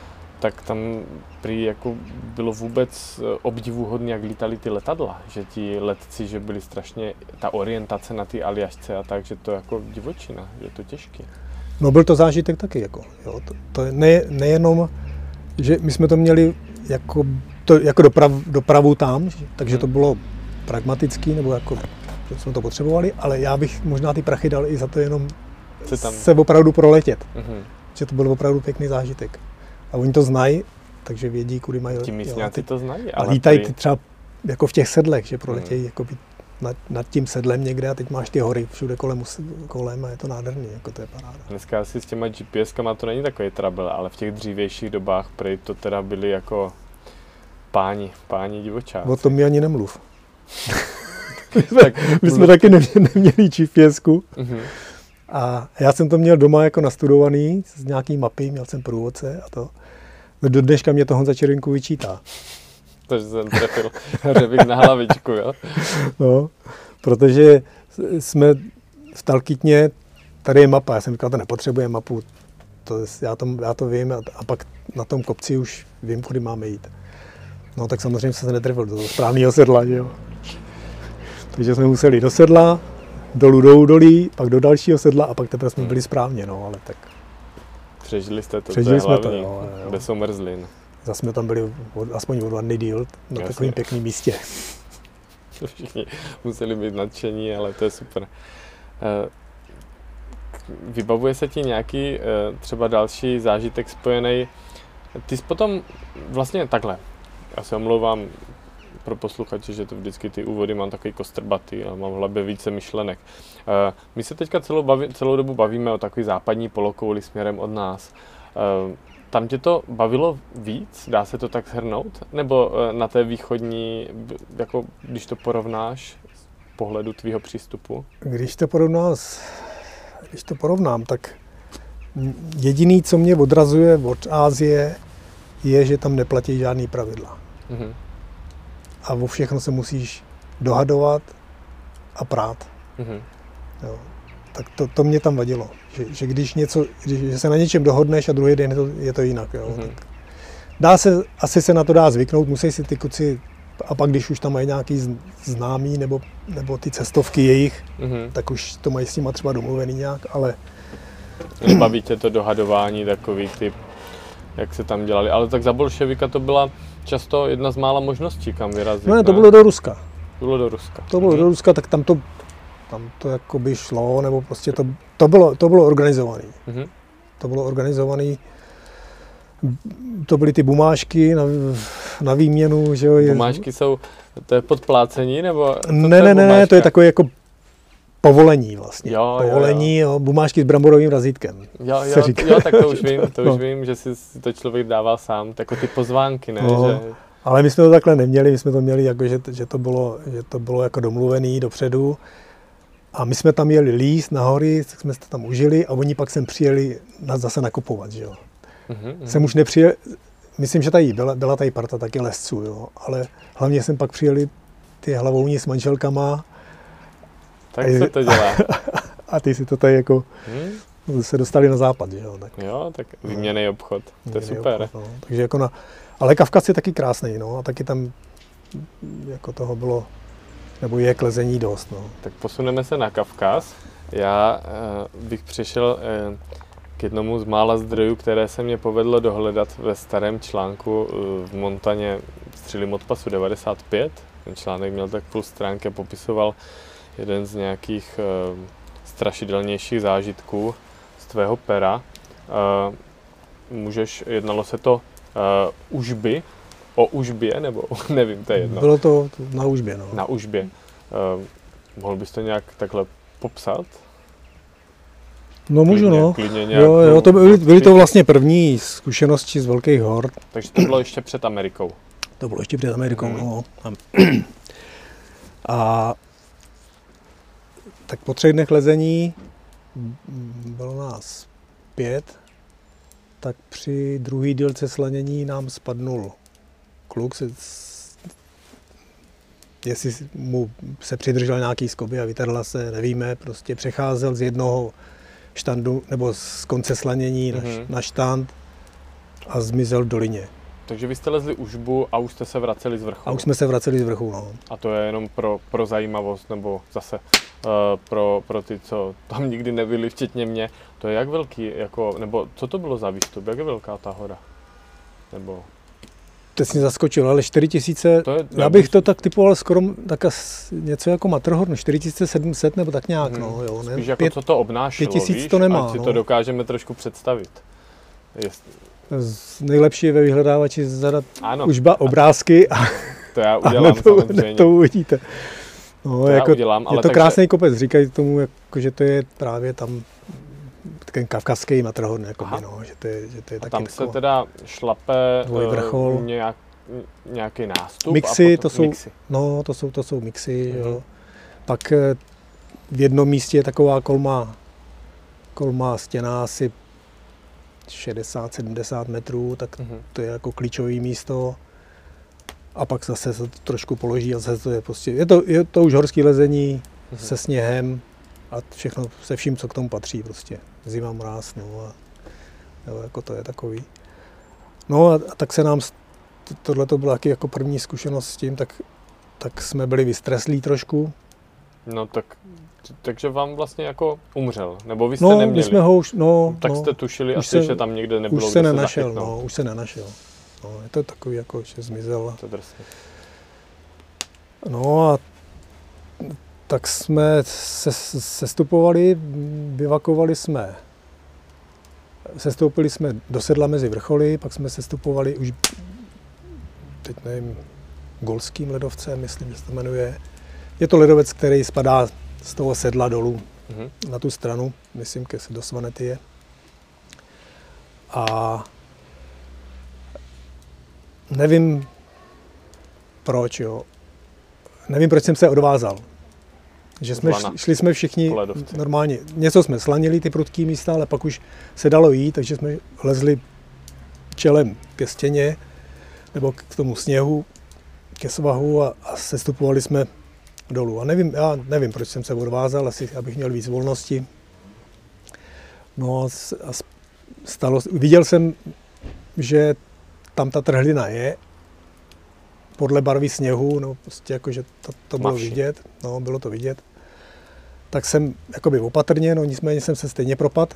tak tam prý jako bylo vůbec obdivuhodné, jak lítali ty letadla, že ti letci, že byli strašně, ta orientace na ty Aljašce a tak, že to jako divočina, že to těžké. No byl to zážitek taky, jako, jo, to, to je ne, nejenom, že my jsme to měli jako, to, jako doprav, dopravu tam, takže to bylo pragmatický, nebo jako, že jsme to potřebovali, ale já bych možná ty prachy dal i za to jenom se, tam... se opravdu proletět, mm-hmm. že to byl opravdu pěkný zážitek. A oni to znají, takže vědí, kudy mají. Ti místňáci to znají, ale lítají ty třeba jako v těch sedlech, že proletějí mm. jako nad, nad tím sedlem někde a teď máš ty hory všude kolem, kolem a je to nádherný, jako to je paráda. Dneska asi s těma G P S kama to není takový trouble, ale v těch dřívějších dobách prý to teda byli jako páni, páni divočáci. O tom mi ani nemluv. my jsme, tak, my jsme taky neměli, neměli G P S ku. Mm-hmm. A já jsem to měl doma jako nastudovaný z nějaký mapy, měl jsem průvodce a to. Do dneška mě to Honza Červenku vyčítá. Takže jsem trefil hřebík na hlavičku, jo? No, protože jsme v Talkytně, tady je mapa, já jsem říkal, to nepotřebuje mapu, to, já, to, já to vím a, a pak na tom kopci už vím, kudy máme jít. No tak samozřejmě jsem se netrefil do toho správného sedla, že jo. Takže jsme museli do sedla, dolů do údolí, pak do dalšího sedla a pak teprve jsme byli správně, no, ale tak. Přežili jste to, Přežili to je jsme hlavní, to, jo, jo. Bez omrzlin. Zase jsme tam byli aspoň o dva dny díl na Jasně. takovém pěkném místě. Všichni museli být nadšení, ale to je super. Vybavuje se ti nějaký třeba další zážitek spojený? Ty jsi potom vlastně takhle, já se omlouvám pro posluchače, že to vždycky ty úvody mám takový kostrbatý a mám v hlavě více myšlenek. My se teďka celou, baví, celou dobu bavíme o takový západní polokouli směrem od nás. Tam tě to bavilo víc? Dá se to tak shrnout? Nebo na té východní, jako když to porovnáš z pohledu tvýho přístupu? Když to porovnám, když to porovnám, tak jediný, co mě odrazuje od Asie, je, že tam neplatí žádný pravidla. Mm-hmm. A o všechno se musíš dohadovat a prát. Mm-hmm. Jo. Tak to, to mě tam vadilo, že, že když něco, když, že se na něčem dohodneš a druhý den je to, je to jinak. Jo. Mm-hmm. Tak dá se, asi se na to dá zvyknout, musí si ty kuci, a pak když už tam mají nějaký známý nebo, nebo ty cestovky jejich, mm-hmm. tak už to mají s nima třeba domluvený nějak, ale... Nebaví tě to dohadování takový typ, jak se tam dělali, ale tak za bolševika to byla často jedna z mála možností, kam vyrazit. No ne, to bylo do Ruska. Bylo do Ruska. To bylo mm-hmm. do Ruska, tak tam to Tam to jako by šlo, nebo prostě to, to bylo, to bylo organizované. Mm-hmm. To bylo organizované. To byly ty bumášky na, na výměnu, že jo. Bumášky jsou, to je podplácení, nebo? Ne, ne, ne, ne, to je takové jako povolení vlastně. Jo, povolení, jo, jo. jo, bumášky s bramborovým razítkem. Jo, jo, jo, tak to už vím, to no. už vím, že si to člověk dával sám, jako ty pozvánky, ne, no. že... Ale my jsme to takhle neměli, my jsme to měli jako, že, že, to, bylo, že to bylo jako domluvený dopředu. A my jsme tam jeli líst na hory, tak jsme se tam užili a oni pak sem přijeli nás zase nakupovat, že jo. Mm-hmm. Jsem už nepřijel, myslím, že tady byla, byla tady parta taky lesců, jo, ale hlavně jsem pak přijeli ty hlavouni s manželkama. Tak se to dělá. A ty si to tady jako hmm? se dostali na západ, že jo. Tak, jo, tak výměnný obchod, to je super. Obchod, no. Takže jako na, ale Kavkaz je taky krásný, no, a taky tam jako toho bylo, nebo je klezení dost, no. Tak posuneme se na Kavkaz. Já uh, bych přešel uh, k jednomu z mála zdrojů, které se mě povedlo dohledat ve starém článku uh, v Montaně Střílím od pasu devadesát pět. Ten článek měl tak půl stránky a popisoval jeden z nějakých uh, strašidelnějších zážitků z tvého pera. Uh, můžeš, jednalo se to uh, užby, o užbě, nebo nevím, to je jedno. Bylo to na užbě, no. Na užbě. Uh, mohl bys to nějak takhle popsat? No můžu, klidně, no. Klidně jo, jo, to byly, byly to vlastně první zkušenosti z velkých hor. Takže to bylo ještě před Amerikou. To bylo ještě před Amerikou, mm. no. A tak po třech dnech lezení, bylo nás pět, tak při druhý dílce slanění nám spadnul kluk, se, jestli mu se přidržel nějaký skoby a vytrhla se, nevíme, prostě přecházel z jednoho štandu, nebo z konce slanění mm-hmm. na, na štand a zmizel v dolině. Takže vy jste lezli užbu a už jste se vraceli z vrchu. A už jsme se vraceli z vrchu, no. A to je jenom pro, pro zajímavost, nebo zase uh, pro, pro ty, co tam nikdy nebyli, včetně mě. To je jak velký, jako, nebo co to bylo za výstup, jak je velká ta hora? Nebo... Teď jsi mě zaskočil, ale čtyři tisíce, To je, já bych to tak typoval skoro tak as, něco jako Matterhorn, čtyři tisíce sedm set nebo tak nějak, hmm. no jo. Ne? Spíš jako Pět, co to obnášelo, pět tisíc víš, to nemá, ať si no. to dokážeme trošku představit. Jest... Nejlepší je ve vyhledávači zadat Ano. užba, obrázky a, To já a udělám to, samozřejmě. to uvidíte. No, To jako, já udělám, ale je to takže... krásný kopec, říkají tomu, jako, že to je právě tam ten kavkazský Matterhorn, jakoby, no, že to je, že to je A taky tam taková... se teda šlape dvojvrchol. uh, nějak, nějaký nástup. Mixy, a potom, to jsou, mixy. no, to jsou, to jsou mixy, Mhm. jo. Pak eh, v jednom místě je taková kolmá, kolmá stěna asi šedesát sedmdesát metrů, tak Mhm. to je jako klíčové místo. A pak zase se to trošku položí a zase to je prostě, je to, je to už horský lezení Mhm. se sněhem a všechno se vším, co k tomu patří prostě. Zima, mráz, no a jo, jako to je takový. No a, a tak se nám, tohle to byla taky jako první zkušenost s tím, tak, tak jsme byli vystreslí trošku. No tak, takže vám vlastně jako umřel, nebo vy jste No, neměli. my jsme ho už, no, Tak no, jste tušili už asi, se- že tam někde nebylo, už kde se nenašel, zachytnout. no, už se nenašel. No, je to takový jako, že zmizel. To je drsný. No a tak jsme se, sestupovali, bivakovali jsme, sestoupili jsme do sedla mezi vrcholy, pak jsme sestupovali už, teď nevím, Golským ledovcem, myslím, že se to jmenuje. Je to ledovec, který spadá z toho sedla dolů Mhm. na tu stranu, myslím, ke do Svanetie. A nevím proč, jo. Nevím, proč jsem se odvázal. Že jsme Vlana. šli, šli jsme všichni Po ledovci. normálně. Něco jsme slanili, ty prudký místa, ale pak už se dalo jít, takže jsme lezli čelem ke stěně nebo k tomu sněhu, ke svahu a, a sestupovali jsme dolů. A nevím, já nevím, proč jsem se odvázal, asi abych měl víc volnosti. No a, s- a s- stalo, viděl jsem, že tam ta trhlina je, podle barvy sněhu, no prostě jako, že to, to bylo Mavší. vidět, no bylo to vidět. Tak jsem jakoby opatrně, no nicméně jsem se stejně propad.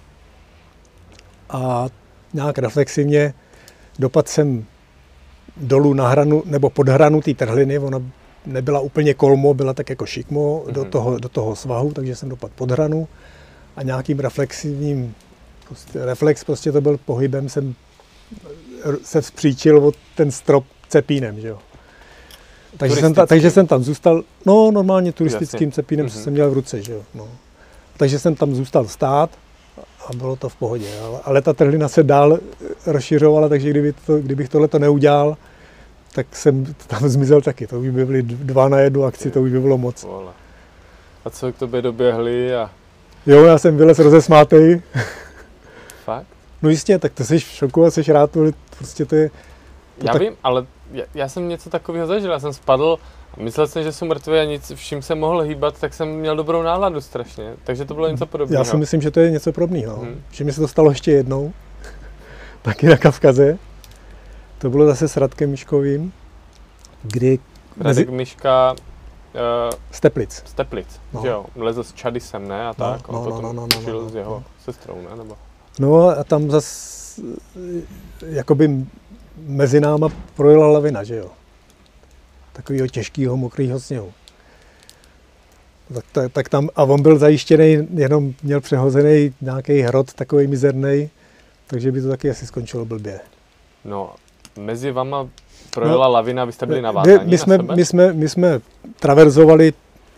A nějak reflexivně dopad jsem dolů na hranu, nebo pod hranu té trhliny, ona nebyla úplně kolmo, byla tak jako šikmo do, Mhm. toho, do toho svahu, takže jsem dopadl pod hranu a nějakým reflexivním, prostě, reflex prostě to byl pohybem, jsem se vzpříčil od ten strop cepínem, že jo. Takže jsem, ta, takže jsem tam zůstal, no normálně turistickým Jasně. cepínem, Mhm. co jsem měl v ruce, že jo. No. Takže jsem tam zůstal stát a bylo to v pohodě, ale, ale ta trhlina se dál rozšiřovala, takže kdyby to, kdybych tohleto neudělal, tak jsem tam zmizel taky, to by byly dva na jednu akci, to by bylo moc. Vole. A co k tobě doběhli a Jo, já jsem vylez rozesmátej. fakt? No jistě, tak to jsi v šoku a jsi rád, ale prostě to je... To Já tak- vím, ale já, já jsem něco takového zažil, já jsem spadl a myslel jsem, že jsem mrtvý a nic, vším jsem mohl hýbat, tak jsem měl dobrou náladu strašně, takže to bylo něco podobného. Já si myslím, že to je něco podobného. Mhm. Že mi se to stalo ještě jednou, taky na Kavkaze. To bylo zase s Radkem Miškovým, kdy mezi Radek Miška uh, z Teplic. z Teplic, No. že jo, lezl s Čadisem, ne, a No, tak, no, on no, potom no, no, no, šel no, s jeho no. sestrou, ne, nebo? No a tam zase jakoby mezi náma projela lavina, že jo. Takového těžkého, mokrého sněhu. Tak, tak, tak tam, a on byl zajištěný, jenom měl přehozený nějaký hrot, takový mizerný, takže by to taky asi skončilo blbě. No, mezi vama projela no, lavina, vy jste byli My, navázaní my, na jsme, sebe? my, jsme, my jsme traverzovali,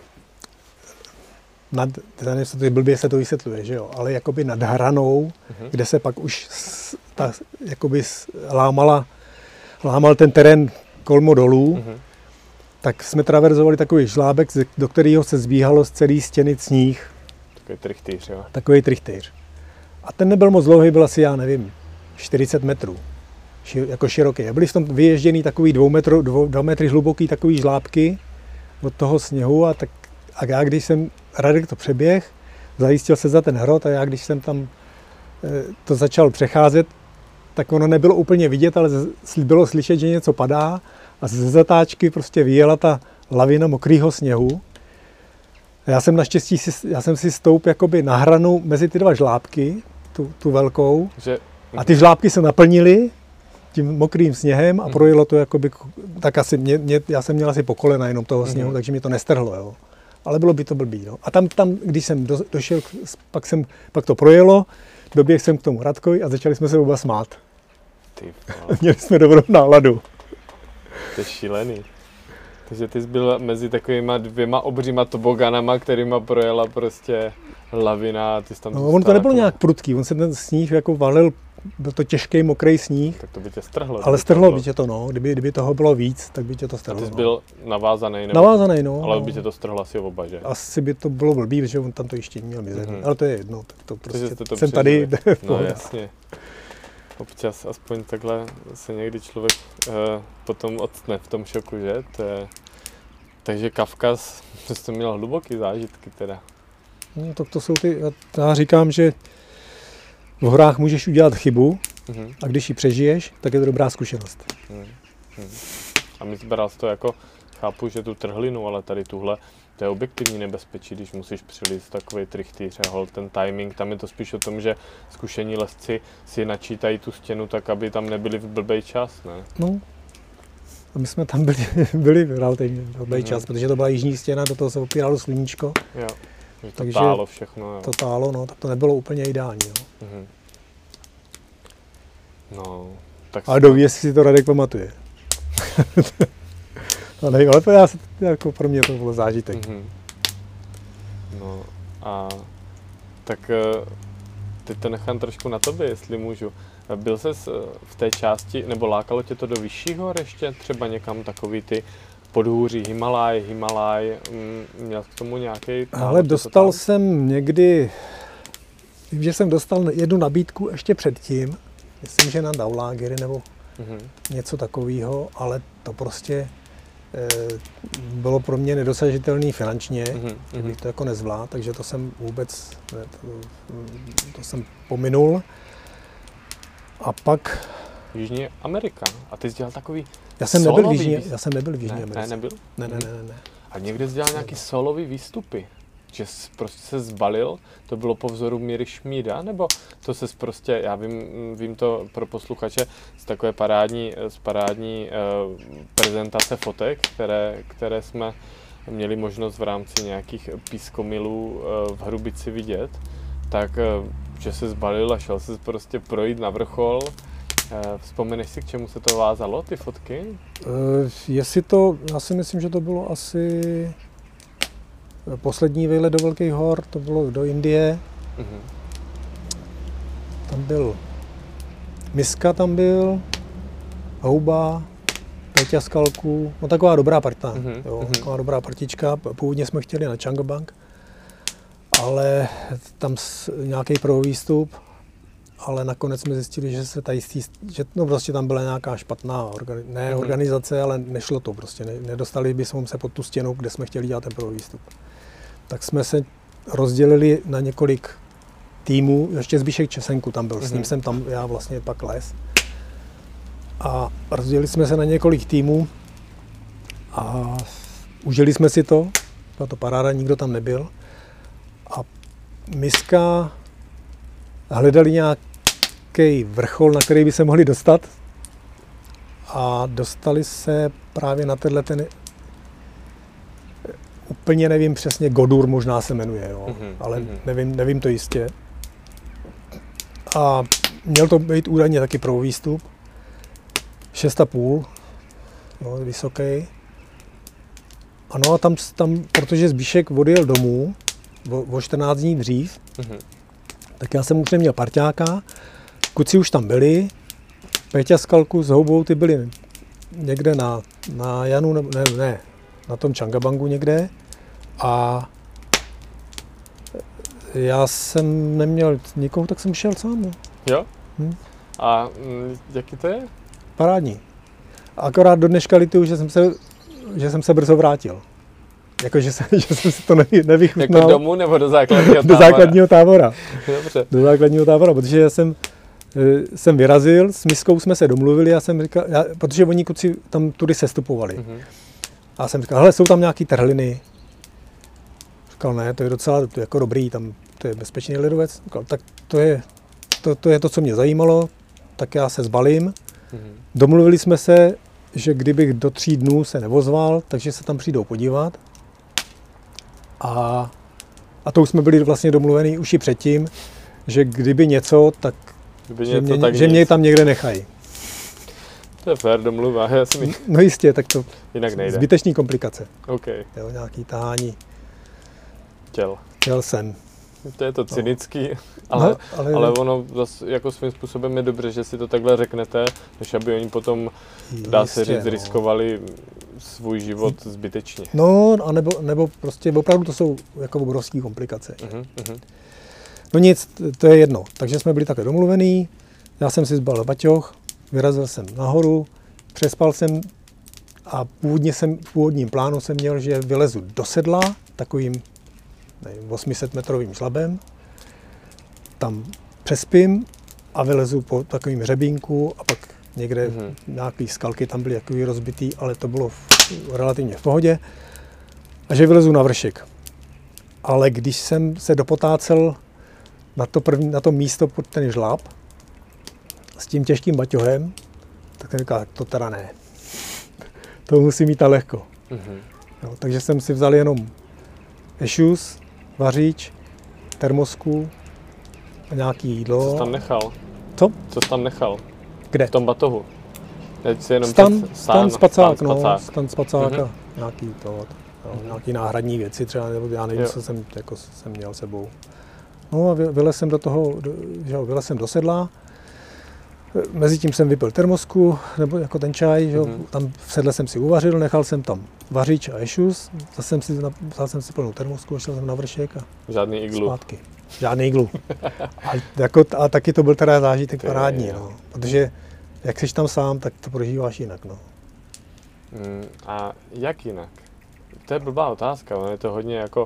nad, teda to je blbě se to vysvětluje, že jo, ale jakoby nad hranou, Mhm. kde se pak už s, ta, jakoby s, lámala, lámal ten terén kolmo dolů, Mhm. tak jsme traverzovali takový žlábek, ze- do kterého se zbíhalo z celé stěny sníh, Takový trichtýř, jo. takový trichtýř. A ten nebyl moc dlouhý, byl asi, já nevím, čtyřicet metrů, ši, jako široký. A byly v tom vyježděný takový dvou metru, dvou, dva metry hluboký takový žlábky od toho sněhu a tak a já, když jsem, Radek to přeběh, zajistil se za ten hrot a já, když jsem tam e, to začal přecházet, tak ono nebylo úplně vidět, ale bylo slyšet, že něco padá a ze zatáčky prostě vyjela ta lavina mokrého sněhu. Já jsem naštěstí si, já jsem si stoup jakoby na hranu mezi ty dva žlábky, tu, tu velkou, Že... a ty žlábky se naplnily tím mokrým sněhem a Mhm. projelo to jakoby, tak asi mě, mě, já jsem měl asi po kolena jenom toho Mhm. sněhu, takže mě to nestrhlo, jo. Ale bylo by to blbý, no. A tam, tam když jsem do, došel, pak, jsem, pak to projelo, doběhl jsem k tomu Radkovi a začali jsme se oba smát. Ty vole, Měli jsme dobrou náladu. to je šílený. Takže ty jsi byl mezi takovýma dvěma obříma toboganama, kterýma projela prostě lavina a ty jsi tam No, zůstal on to nebylo jako- nějak prudký, on se ten sníh jako valil, byl to těžký, mokrý sníh, Tak to by tě strhlo. ale kdyby strhlo tam by bylo. tě to, no. Kdyby, kdyby toho bylo víc, tak by tě to A strhlo. ty jsi no. byl navázaný, nebo... Navázaný, no. Ale no. by tě to strhlo asi oba, že? Asi by to bylo blbý, protože on tam to ještě měl mizerný. Mhm. Ale to je jedno, tak to Takže prostě jste to jsem tady. přežili. No pohoda. jasně. Občas aspoň takhle se někdy člověk uh, potom odstne v tom šoku, že? To je... Takže Kavkaz, že jste měl hluboký zážitky teda. No, tak to jsou ty, já říkám, že v horách můžeš udělat chybu Mhm. a když ji přežiješ, tak je to dobrá zkušenost. Hmm. Hmm. A my zbral jsi to jako, chápu, že tu trhlinu, ale tady tuhle, to je objektivní nebezpečí, když musíš přilíst takový trichtýř a hold ten timing, tam je to spíš o tom, že zkušení lesci si načítají tu stěnu tak, aby tam nebyli v blbej čas, ne? No. A my jsme tam byli, byli relativně dobrý Mhm. čas, protože to byla jižní stěna, do toho se opíralo sluníčko, Jo, že to Takže tálo všechno, jo. to tálo, no, tak to nebylo úplně ideální. Jo. Mhm. No, tak Ale doví, jestli si to Radek pamatuje. No nevím, ale to já, se- jako pro mě to bylo zážitek. Mhm. No a tak eh, teď to nechám trošku na tobě, jestli můžu. Byl ses eh, v té části, nebo lákalo tě to do vyšších hor ještě? Třeba někam takový ty podhůří Himalaj, Himalaj, mm, měl k tomu nějaký? Ale dostal jsem někdy, vím, že jsem dostal jednu nabídku ještě předtím, myslím, že na Daulagery nebo Mhm. něco takového, ale to prostě e, bylo pro mě nedosažitelný finančně, Mhm. že Mhm. bych to jako nezvládl, takže to jsem vůbec, ne, to, to jsem pominul. A pak, Jižní Amerika. A ty jsi dělal takový já jsem nebyl v solový Jižní, výstup? já jsem nebyl v Jižní Ne, Americe. ne, nebyl? Ne, ne, ne, ne, ne. A někde jsi dělal nějaký solový výstupy? Že jsi prostě se zbalil, to bylo po vzoru Míry Šmída, nebo to ses prostě, já vím, vím to pro posluchače, z takové parádní, z parádní uh, prezentace fotek, které, které jsme měli možnost v rámci nějakých pískomilů uh, v Hrubici vidět, tak uh, že se zbalil a šel se prostě projít na vrchol. Uh, vzpomeneš si, k čemu se to vázalo, ty fotky? E, jestli to, já si myslím, že to bylo asi poslední výlet do Velkých hor, to bylo do Indie. Mhm. Tam byl Miska, tam byl, Houba, Peťa Skalku, no taková dobrá parta, Mhm, jo, mhm. taková dobrá partička. Původně jsme chtěli na Changabang, ale tam nějaký prvovýstup, ale nakonec jsme zjistili, že se tady, že no prostě tam byla nějaká špatná organi- ne Mhm. organizace, ale nešlo to prostě, ne, nedostali bychom se pod tu stěnu, kde jsme chtěli dělat ten prvovýstup. Tak jsme se rozdělili na několik týmů, ještě Zbíšek Česenku tam byl, mm-hmm. s ním Mhm. jsem tam já vlastně pak les. A rozdělili jsme se na několik týmů a užili jsme si to, byla to paráda, nikdo tam nebyl. A Miska hledali nějaký vrchol, na který by se mohli dostat a dostali se právě na tenhle ten, úplně nevím přesně, Godur možná se jmenuje, jo, Mhm, ale mhm. nevím, nevím to jistě. A měl to být údajně taky pro výstup, šest a půl, no, vysoký. Ano a tam, tam, protože Zbíšek odjel domů o, o čtrnáct dní dřív, Mhm. tak já jsem už neměl parťáka, kluci už tam byli, Péťa Skalku s Houbou, ty byli někde na, na Janu, ne, ne, ne, na tom Changabangu někde a já jsem neměl nikoho, tak jsem šel sám, no. Jo? Hm. A mm, jaký to je? Parádní. Akorát do dneška lituju, že jsem se, že jsem se brzo vrátil. Jako, že jsem, že jsem si to nevy, nevychutnal. Jako domů nebo do základního tábora? Do základního tábora. Dobře. Do základního tábora, protože já jsem e, jsem vyrazil, s miskou jsme se domluvili, já jsem říkal, já, protože oni kluci tam tudy sestupovali. Mhm. A já jsem říkal, hele, jsou tam nějaký trhliny. Říkal, ne, to je docela to je jako dobrý, tam to je bezpečný ledovec. Říkal, tak to je to, to je to, co mě zajímalo, tak já se zbalím. Mhm. Domluvili jsme se, že kdybych do tří dnů se nevozval, takže se tam přijdou podívat. A, a to už jsme byli vlastně domluveni už i předtím, že kdyby něco, tak, Kdyby že, něco, mě, tak že nic. mě tam někde nechají. To je fér domluva, já si myslím, No jistě, tak to jinak nejde. zbytečný komplikace. OK, Jo, nějaký tahání. těl. Chtěl jsem. To je to cynický, ale, No, ale, ale ono zase jako svým způsobem je dobře, že si to takhle řeknete, než aby oni potom, dá se jistě, říct, no. riskovali svůj život zbytečně. No, a nebo, nebo prostě opravdu to jsou jako obrovské komplikace. Mhm, mhm. No nic, to je jedno. Takže jsme byli takhle domluvený, já jsem si zbalil baťoch, vyrazil jsem nahoru, přespal jsem a původně jsem, v původním plánu jsem měl, že vylezu do sedla takovým nevím, osm set metrovým žlabem, tam přespím a vylezu po takovým hřebínku a pak někde Mhm. nějaký skalky tam byly takový rozbitý, ale to bylo v, relativně v pohodě. A že vylezu na vršek. Ale když jsem se dopotácel na to, první, na to místo pod ten žláb s tím těžkým baťohem, tak jsem říkal, to teda ne. To musí mít a lehko. Mhm. No, takže jsem si vzal jenom ešus, vařič, termosku a nějaký jídlo. Co jsi tam nechal? Co? Co jsi tam nechal? Kde? V tom batohu? Teď si jenom Stan, před- stan spacák, stan no, spacák. stan spacáka, Mhm. nějaký to, no, Mhm. nějaký náhradní věci třeba, nebo já nevím, Jo. co jsem, jako, jsem měl sebou. No a vy- vylez jsem do toho, do, že jo, vylez jsem do sedla, mezitím jsem vypil termosku, nebo jako ten čaj, že jo, Mhm. tam v sedle jsem si uvařil, nechal jsem tam vařič a ešus, zase jsem si, na- vzal jsem si plnou termosku, šel jsem na vršek a Žádný iglu. zpátky. Žádný iglu. A, jako, a taky to byl teda zážitek Ty parádní, jo. no, protože jak jsi tam sám, tak to prožíváš jinak, no. Mm, a jak jinak? To je blbá otázka, ono je to hodně jako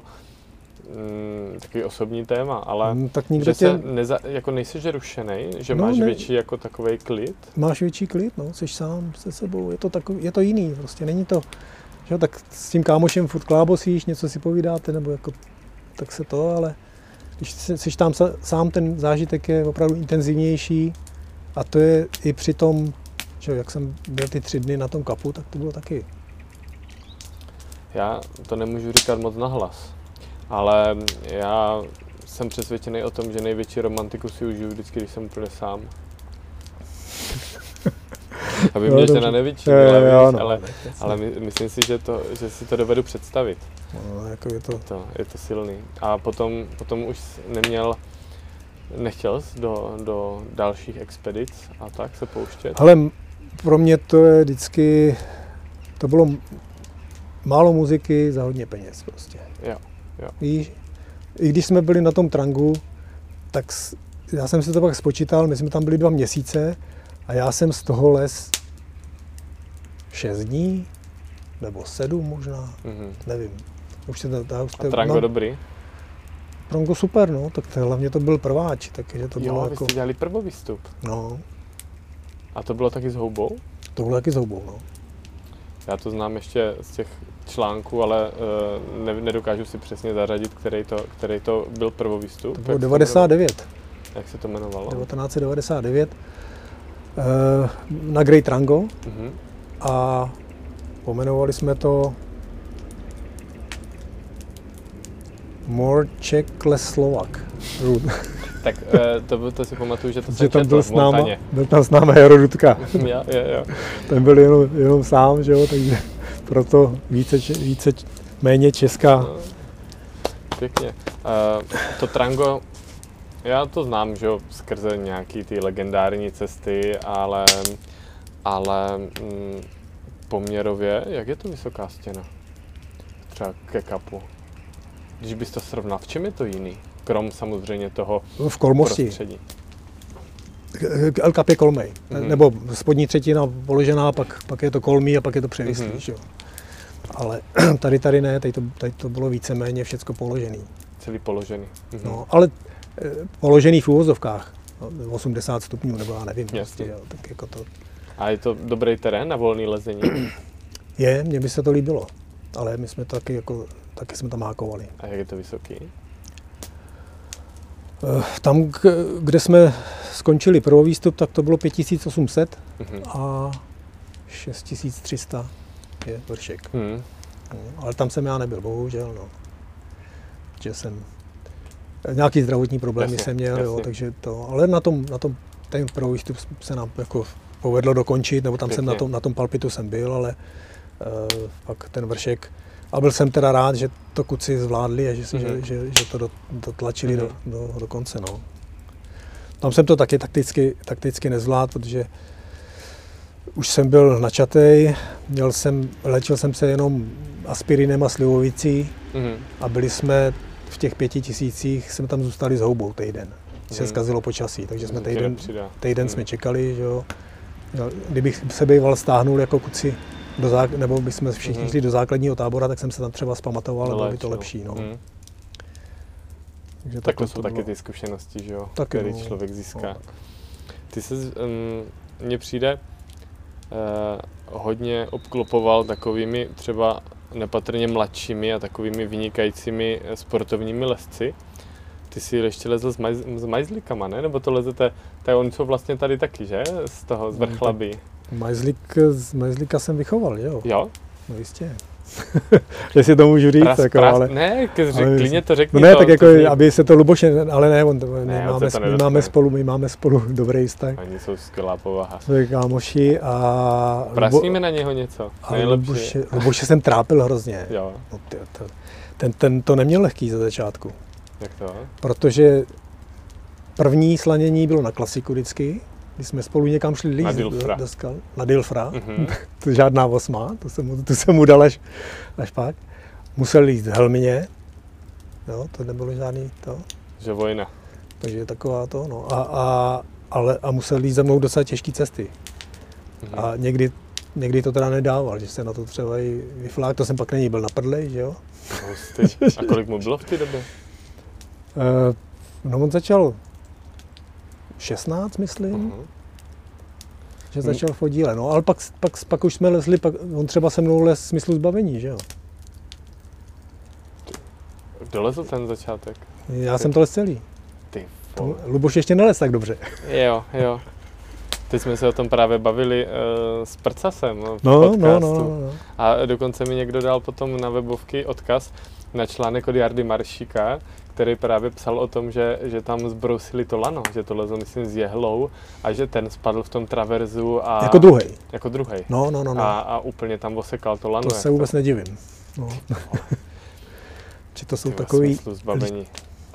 mm, takový osobní téma, ale Mm, tak nikdo že tě, se neza, jako nejsi rušený, že No, máš ne. větší jako takovej klid? máš větší klid, no, jsi sám se sebou, je to, takový, je to jiný, prostě není to, že jo, tak s tím kámošem furt klábosíš, něco si povídáte, nebo jako, tak se to, ale když jsi, jsi tam sa, sám, ten zážitek je opravdu intenzivnější a to je i při tom, že jo, jak jsem byl ty tři dny na tom kapu, tak to bylo taky. Já to nemůžu říkat moc nahlas, ale já jsem přesvědčený o tom, že největší romantiku si užiju vždycky, když jsem úplně sám. Aby No, mě dobře. žena nevyčinila, Jo, jo, víš, no, ale, tak jasně. ale my, myslím si, že, to, že si to dovedu představit. No, jako je to, To, je to silný. A potom, potom už jsi neměl, nechtěl jsi do, do dalších expedic a tak se pouštět? ale m- pro mě to je vždycky, to bylo m- málo muziky za hodně peněz prostě. Jo, jo. Víš, i když jsme byli na tom Trangu, tak s- já jsem si to pak spočítal, my jsme tam byli dva měsíce a já jsem z toho les šest dní, nebo sedm možná, Mhm. nevím. Už se to, to, už A to, Trango no, dobrý? Trango super, no, tak to, hlavně to byl prváč, takže to bylo Jo, vy jako, jste dělali prvovýstup. no, A to bylo taky s houbou? to bylo taky s houbou, no. Já to znám ještě z těch článků, ale uh, ne, nedokážu si přesně zařadit, který to, který to byl prvovýstup. To Jak bylo se devadesát devět. jmenovalo? Jak se to jmenovalo? devatenáct set devadesát devět eh, na Great Trango Mhm. a pomenovali jsme to More Czech, less Slovak. Tak uh, to, to si pamatuju, že to Že jsem tam četl byl v s náma, Montaně. byl tam s náma Jaro Dudka. jo, jo, jo. Ten byl jenom, jenom sám, že jo, takže proto více, če- více méně česká. No, pěkně. Uh, to Trango, já to znám, že jo, skrze nějaký ty legendární cesty, ale, ale mm, poměrově, jak je to vysoká stěna? Třeba ke kapu. Když bys to srovnal, v čem je to jiný? Krom samozřejmě toho V Kolmosti. prostředí. El Cap je Kolmej. Mhm. Nebo spodní třetina položená, pak, pak je to Kolmý a pak je to převislý, Mhm. že jo. Ale tady tady ne, tady to, tady to bylo víceméně všecko položený. Celý položený. Mhm. No, ale eh, položený v úvozovkách. osmdesát stupňů, nebo já nevím. Jasně. Prostě, jo, tak jako to... A je to dobrý terén na volný lezení? Je, mně by se to líbilo, ale my jsme taky, jako, taky jsme tam hákovali. A jak je to vysoký? Tam, kde jsme skončili první výstup, tak to bylo pět tisíc osm set Mhm. a šest tisíc tři sta je vršek. Hmm. No, ale tam jsem já nebyl, bohužel. No. Že jsem nějaký zdravotní problémy Jasně, jsem měl, jo, jasně. takže to, ale na tom, na tom ten první výstup se nám jako povedlo dokončit, nebo tam jsem Pěkně. na tom, na tom palpitu jsem byl, ale uh, pak ten vršek. A byl jsem teda rád, že to kluci zvládli a že, si, Mhm. že, že, že to dotlačili Mhm. do, do, do konce. No. Tam jsem to taky takticky, takticky nezvládl, protože už jsem byl načatej, měl jsem, léčil jsem se jenom aspirinem a slivovicí Mhm. a byli jsme v těch pěti tisících, jsme tam zůstali s houbou týden. Se Mhm. zkazilo počasí, takže jsme To ti týden, nepřidá. týden Mhm. jsme čekali, že jo. Kdybych se býval stáhnul jako kuci, do zák- nebo bychom všichni Mhm. šli do základního tábora, tak jsem se tam třeba zpamatoval, ale bylo by to Doléčil. lepší. No. Mhm. Takže Tak to takhle jsou taky bylo. ty zkušenosti, že jo, Taky, který no. člověk získá. No. Ty se, um, mně přijde, uh, hodně obklopoval takovými třeba nepatrně mladšími a takovými vynikajícími eh, sportovními lezci. Ty si ještě lezl s, majz, s majzlikama, ne? Nebo to lezete, tak oni jsou vlastně tady taky, že? Z toho, z No, Vrchlabí. Majzlík, z Majzlíka jsem vychoval, jo? Jo? No jistě. Jestli to můžu říct, Pras, jako, pras, ale... ne, ke, řek, ale- klidně to řekni. No ne, to, tak jako, to zní- aby se to Luboše, ale ne, on, to- my, Ne, on máme, se to my, nedotkne. máme spolu, my máme spolu dobrý vztah. Oni jsou skvělá povaha. Jsme kámoši a... Prasníme na něho něco. a Nejlepší. Luboše, Luboše jsem trápil hrozně. Jo, No, ty, to, ten, ten to neměl lehký za začátku, jak to? protože první slanění bylo na klasiku vždycky, když jsme spolu někam šli líst Na do, Dilfra. do skal, na Dilfra, Mhm. to žádná osma, to jsem, mu- tu jsem mu dal až, až pak. Musel líst v helmině, jo, to nebylo žádný to, Že vojna. takže taková to, no. A, a, ale, a musel líst za mnou docela těžké cesty. Mhm. A někdy, někdy to teda nedával, že se na to třeba i vyflák, to jsem pak není byl na prdlej, že jo. Hustý. A kolik mu bylo v té době? E, no on začal šestnáct, myslím, Mhm. že začal v oddíle, no, ale pak, pak, pak už jsme lezli, pak, on třeba se mnou les smyslu zbavení, že jo. Kdo lezl ten začátek? Já jsem to les celý. Ty To, vole. Luboš ještě nelez tak dobře. Jo, jo. Teď jsme se o tom právě bavili uh, s Prcasem v No, podcastu. no, no, no, no. A dokonce mi někdo dal potom na webovky odkaz na článek od Jardy Maršíka, který právě psal o tom, že, že tam zbrousili to lano, že to lezl, myslím, s jehlou a že ten spadl v tom traverzu a... Jako druhý. Jako druhej. No, no, no, no. A, a úplně tam osekal to lano. To jak se vůbec nedivím. No. Či to jsou Ty ve takový, smyslu zbavení.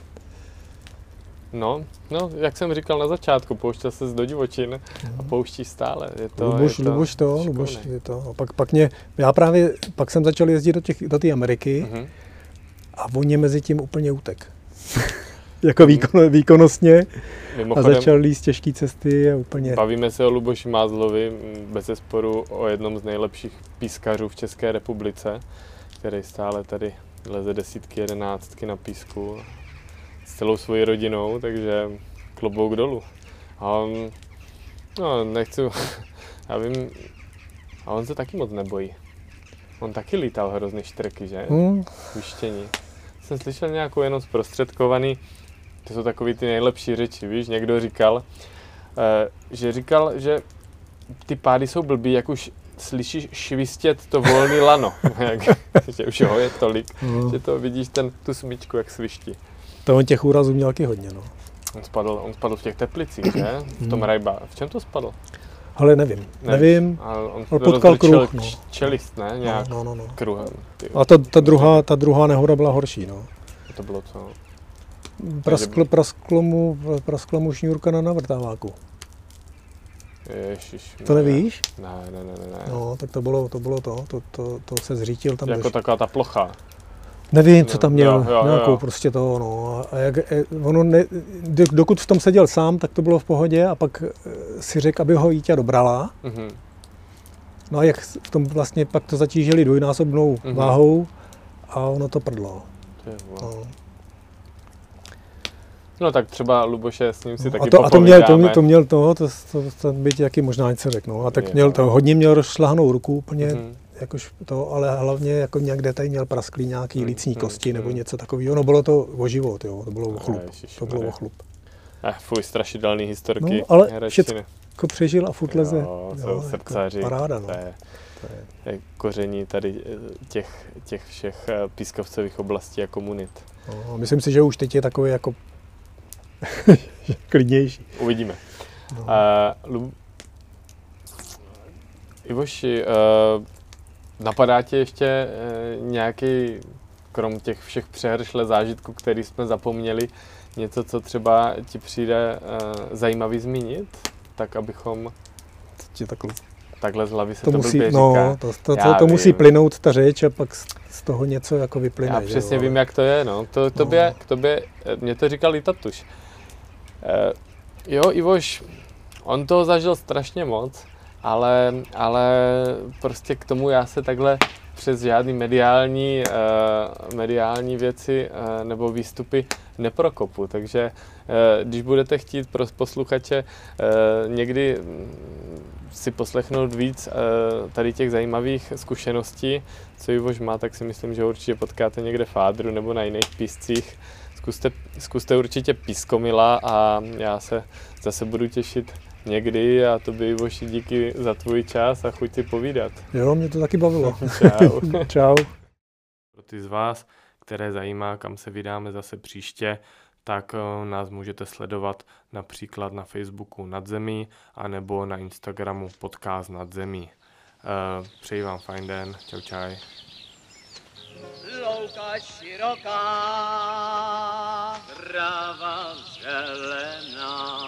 No, no, jak jsem říkal na začátku, pouštěl se do divočin a pouští stále. Je to, Luboš, je to Luboš to, šikovný. Luboš je to. A pak, pak mě, já právě, pak jsem začal jezdit do těch, do té Ameriky Mhm. a on mě mezi tím úplně utek. jako výkon, výkonnostně a Mimochodem, začal líst těžké cesty a úplně, bavíme se o Luboši Mázlovi, m, bezesporu o jednom z nejlepších pískařů v České republice, který stále tady leze desítky, jedenáctky na písku s celou svojí rodinou, takže klobouk dolů. A on, no nechci, já vím, a on se taky moc nebojí. On taky lítal hrozný štrky, že? hm, Uštění. Jsem slyšel nějakou jenom zprostředkovaný, to jsou takový ty nejlepší řeči, víš, někdo říkal, eh, že říkal, že ty pády jsou blbý, jak už slyšíš švistět to volný lano, jak, že už ho je tolik, no. že to vidíš ten, tu smyčku, jak sviští. To on těch úrazů měl taky hodně, no. On spadl, on spadl v těch Teplicích, že? V tom Rajba. V čem to spadl? Ale nevím, nevím, A on Ale potkal rozvrčel kruh, no. č- čelist, ne? no, Nějak no, no, no. kruhem. Ty, A ta, ta, druhá, ta druhá nehoda byla horší, no. to bylo co? Prasklo, prasklo, mu, prasklo mu šňůrka na navrtáváku. Ježiš. To nevíš? Ne, ne, ne, ne. ne. No, tak to bylo to, bylo to, to, to, to se zřítil tam. Jako došlo. taková ta plocha. Nevím, co tam měl, Jo, jo, nějakou jo. prostě to, no. A jak, e, ono ne, do- dokud v tom seděl sám, tak to bylo v pohodě a pak e, si řekl, aby ho Jíťa dobrala. Mhm. No a jak v tom vlastně pak to zatížili dvojnásobnou Mhm. váhou a ono to prdlo. Ty vole. No. No tak třeba Luboše, s ním si No, taky a to, a to měl, to, popovídáme. měl, to měl toho, to, to, to by ti taky možná něco řekl, no. A tak Jo. měl to, hodně měl rozšláhnou ruku úplně, Mhm. jakož to, ale hlavně jako nějak detail měl prasklý nějaký Mhm, lícní mhm, kosti nebo mhm. něco takového. No bylo to o život, jo, to bylo o No, chlup, to ježišmarja. bylo o chlup. Eh, fuj, strašidelný historky. No, ale herečtiny. všecko jako přežil a furt leze. Jo, jsou srdcaři. Jako paráda, no. To je, To je. to je koření tady eh, těch, těch všech eh, pískovcových oblastí a komunit. No, myslím si, že už teď je takový jako klidnější. Uvidíme. No. Uh, Lu... Ivoši, uh, napadá tě ještě uh, nějaký, krom těch všech přehršle zážitků, který jsme zapomněli, něco, co třeba ti přijde uh, zajímavý zmínit? Tak abychom Tě takhle, takhle z hlavy se to to musí, blbě no, říká. to, to, Já to, to musí vím. plynout ta řeč a pak z, z toho něco jako vyplyne. Já že přesně jo, vím, ale- jak to je, no. To, tobě, k tobě, eh, mě to říkal i tatuš. Eh, jo, Ivoš, on toho zažil strašně moc, ale, ale prostě k tomu já se takhle přes žádný mediální, uh, mediální věci uh, nebo výstupy neprokopu. Takže uh, když budete chtít pro posluchače uh, někdy mm, si poslechnout víc uh, tady těch zajímavých zkušeností, co Ivoš má, tak si myslím, že určitě potkáte někde v Fádru nebo na jiných píscích. Zkuste, zkuste určitě Pískomila a já se zase budu těšit někdy a tobě, Ivoši, díky za tvůj čas a chuť si povídat. Jo, mě to taky bavilo. Čau. Čau. Pro ty z vás, které zajímá, kam se vydáme zase příště, tak eh, nás můžete sledovat například na Facebooku Nadzemí anebo na Instagramu podcast Nadzemí. Eh, Přeji vám fajn den. Čau, čaj. Louka široká, tráva zelená.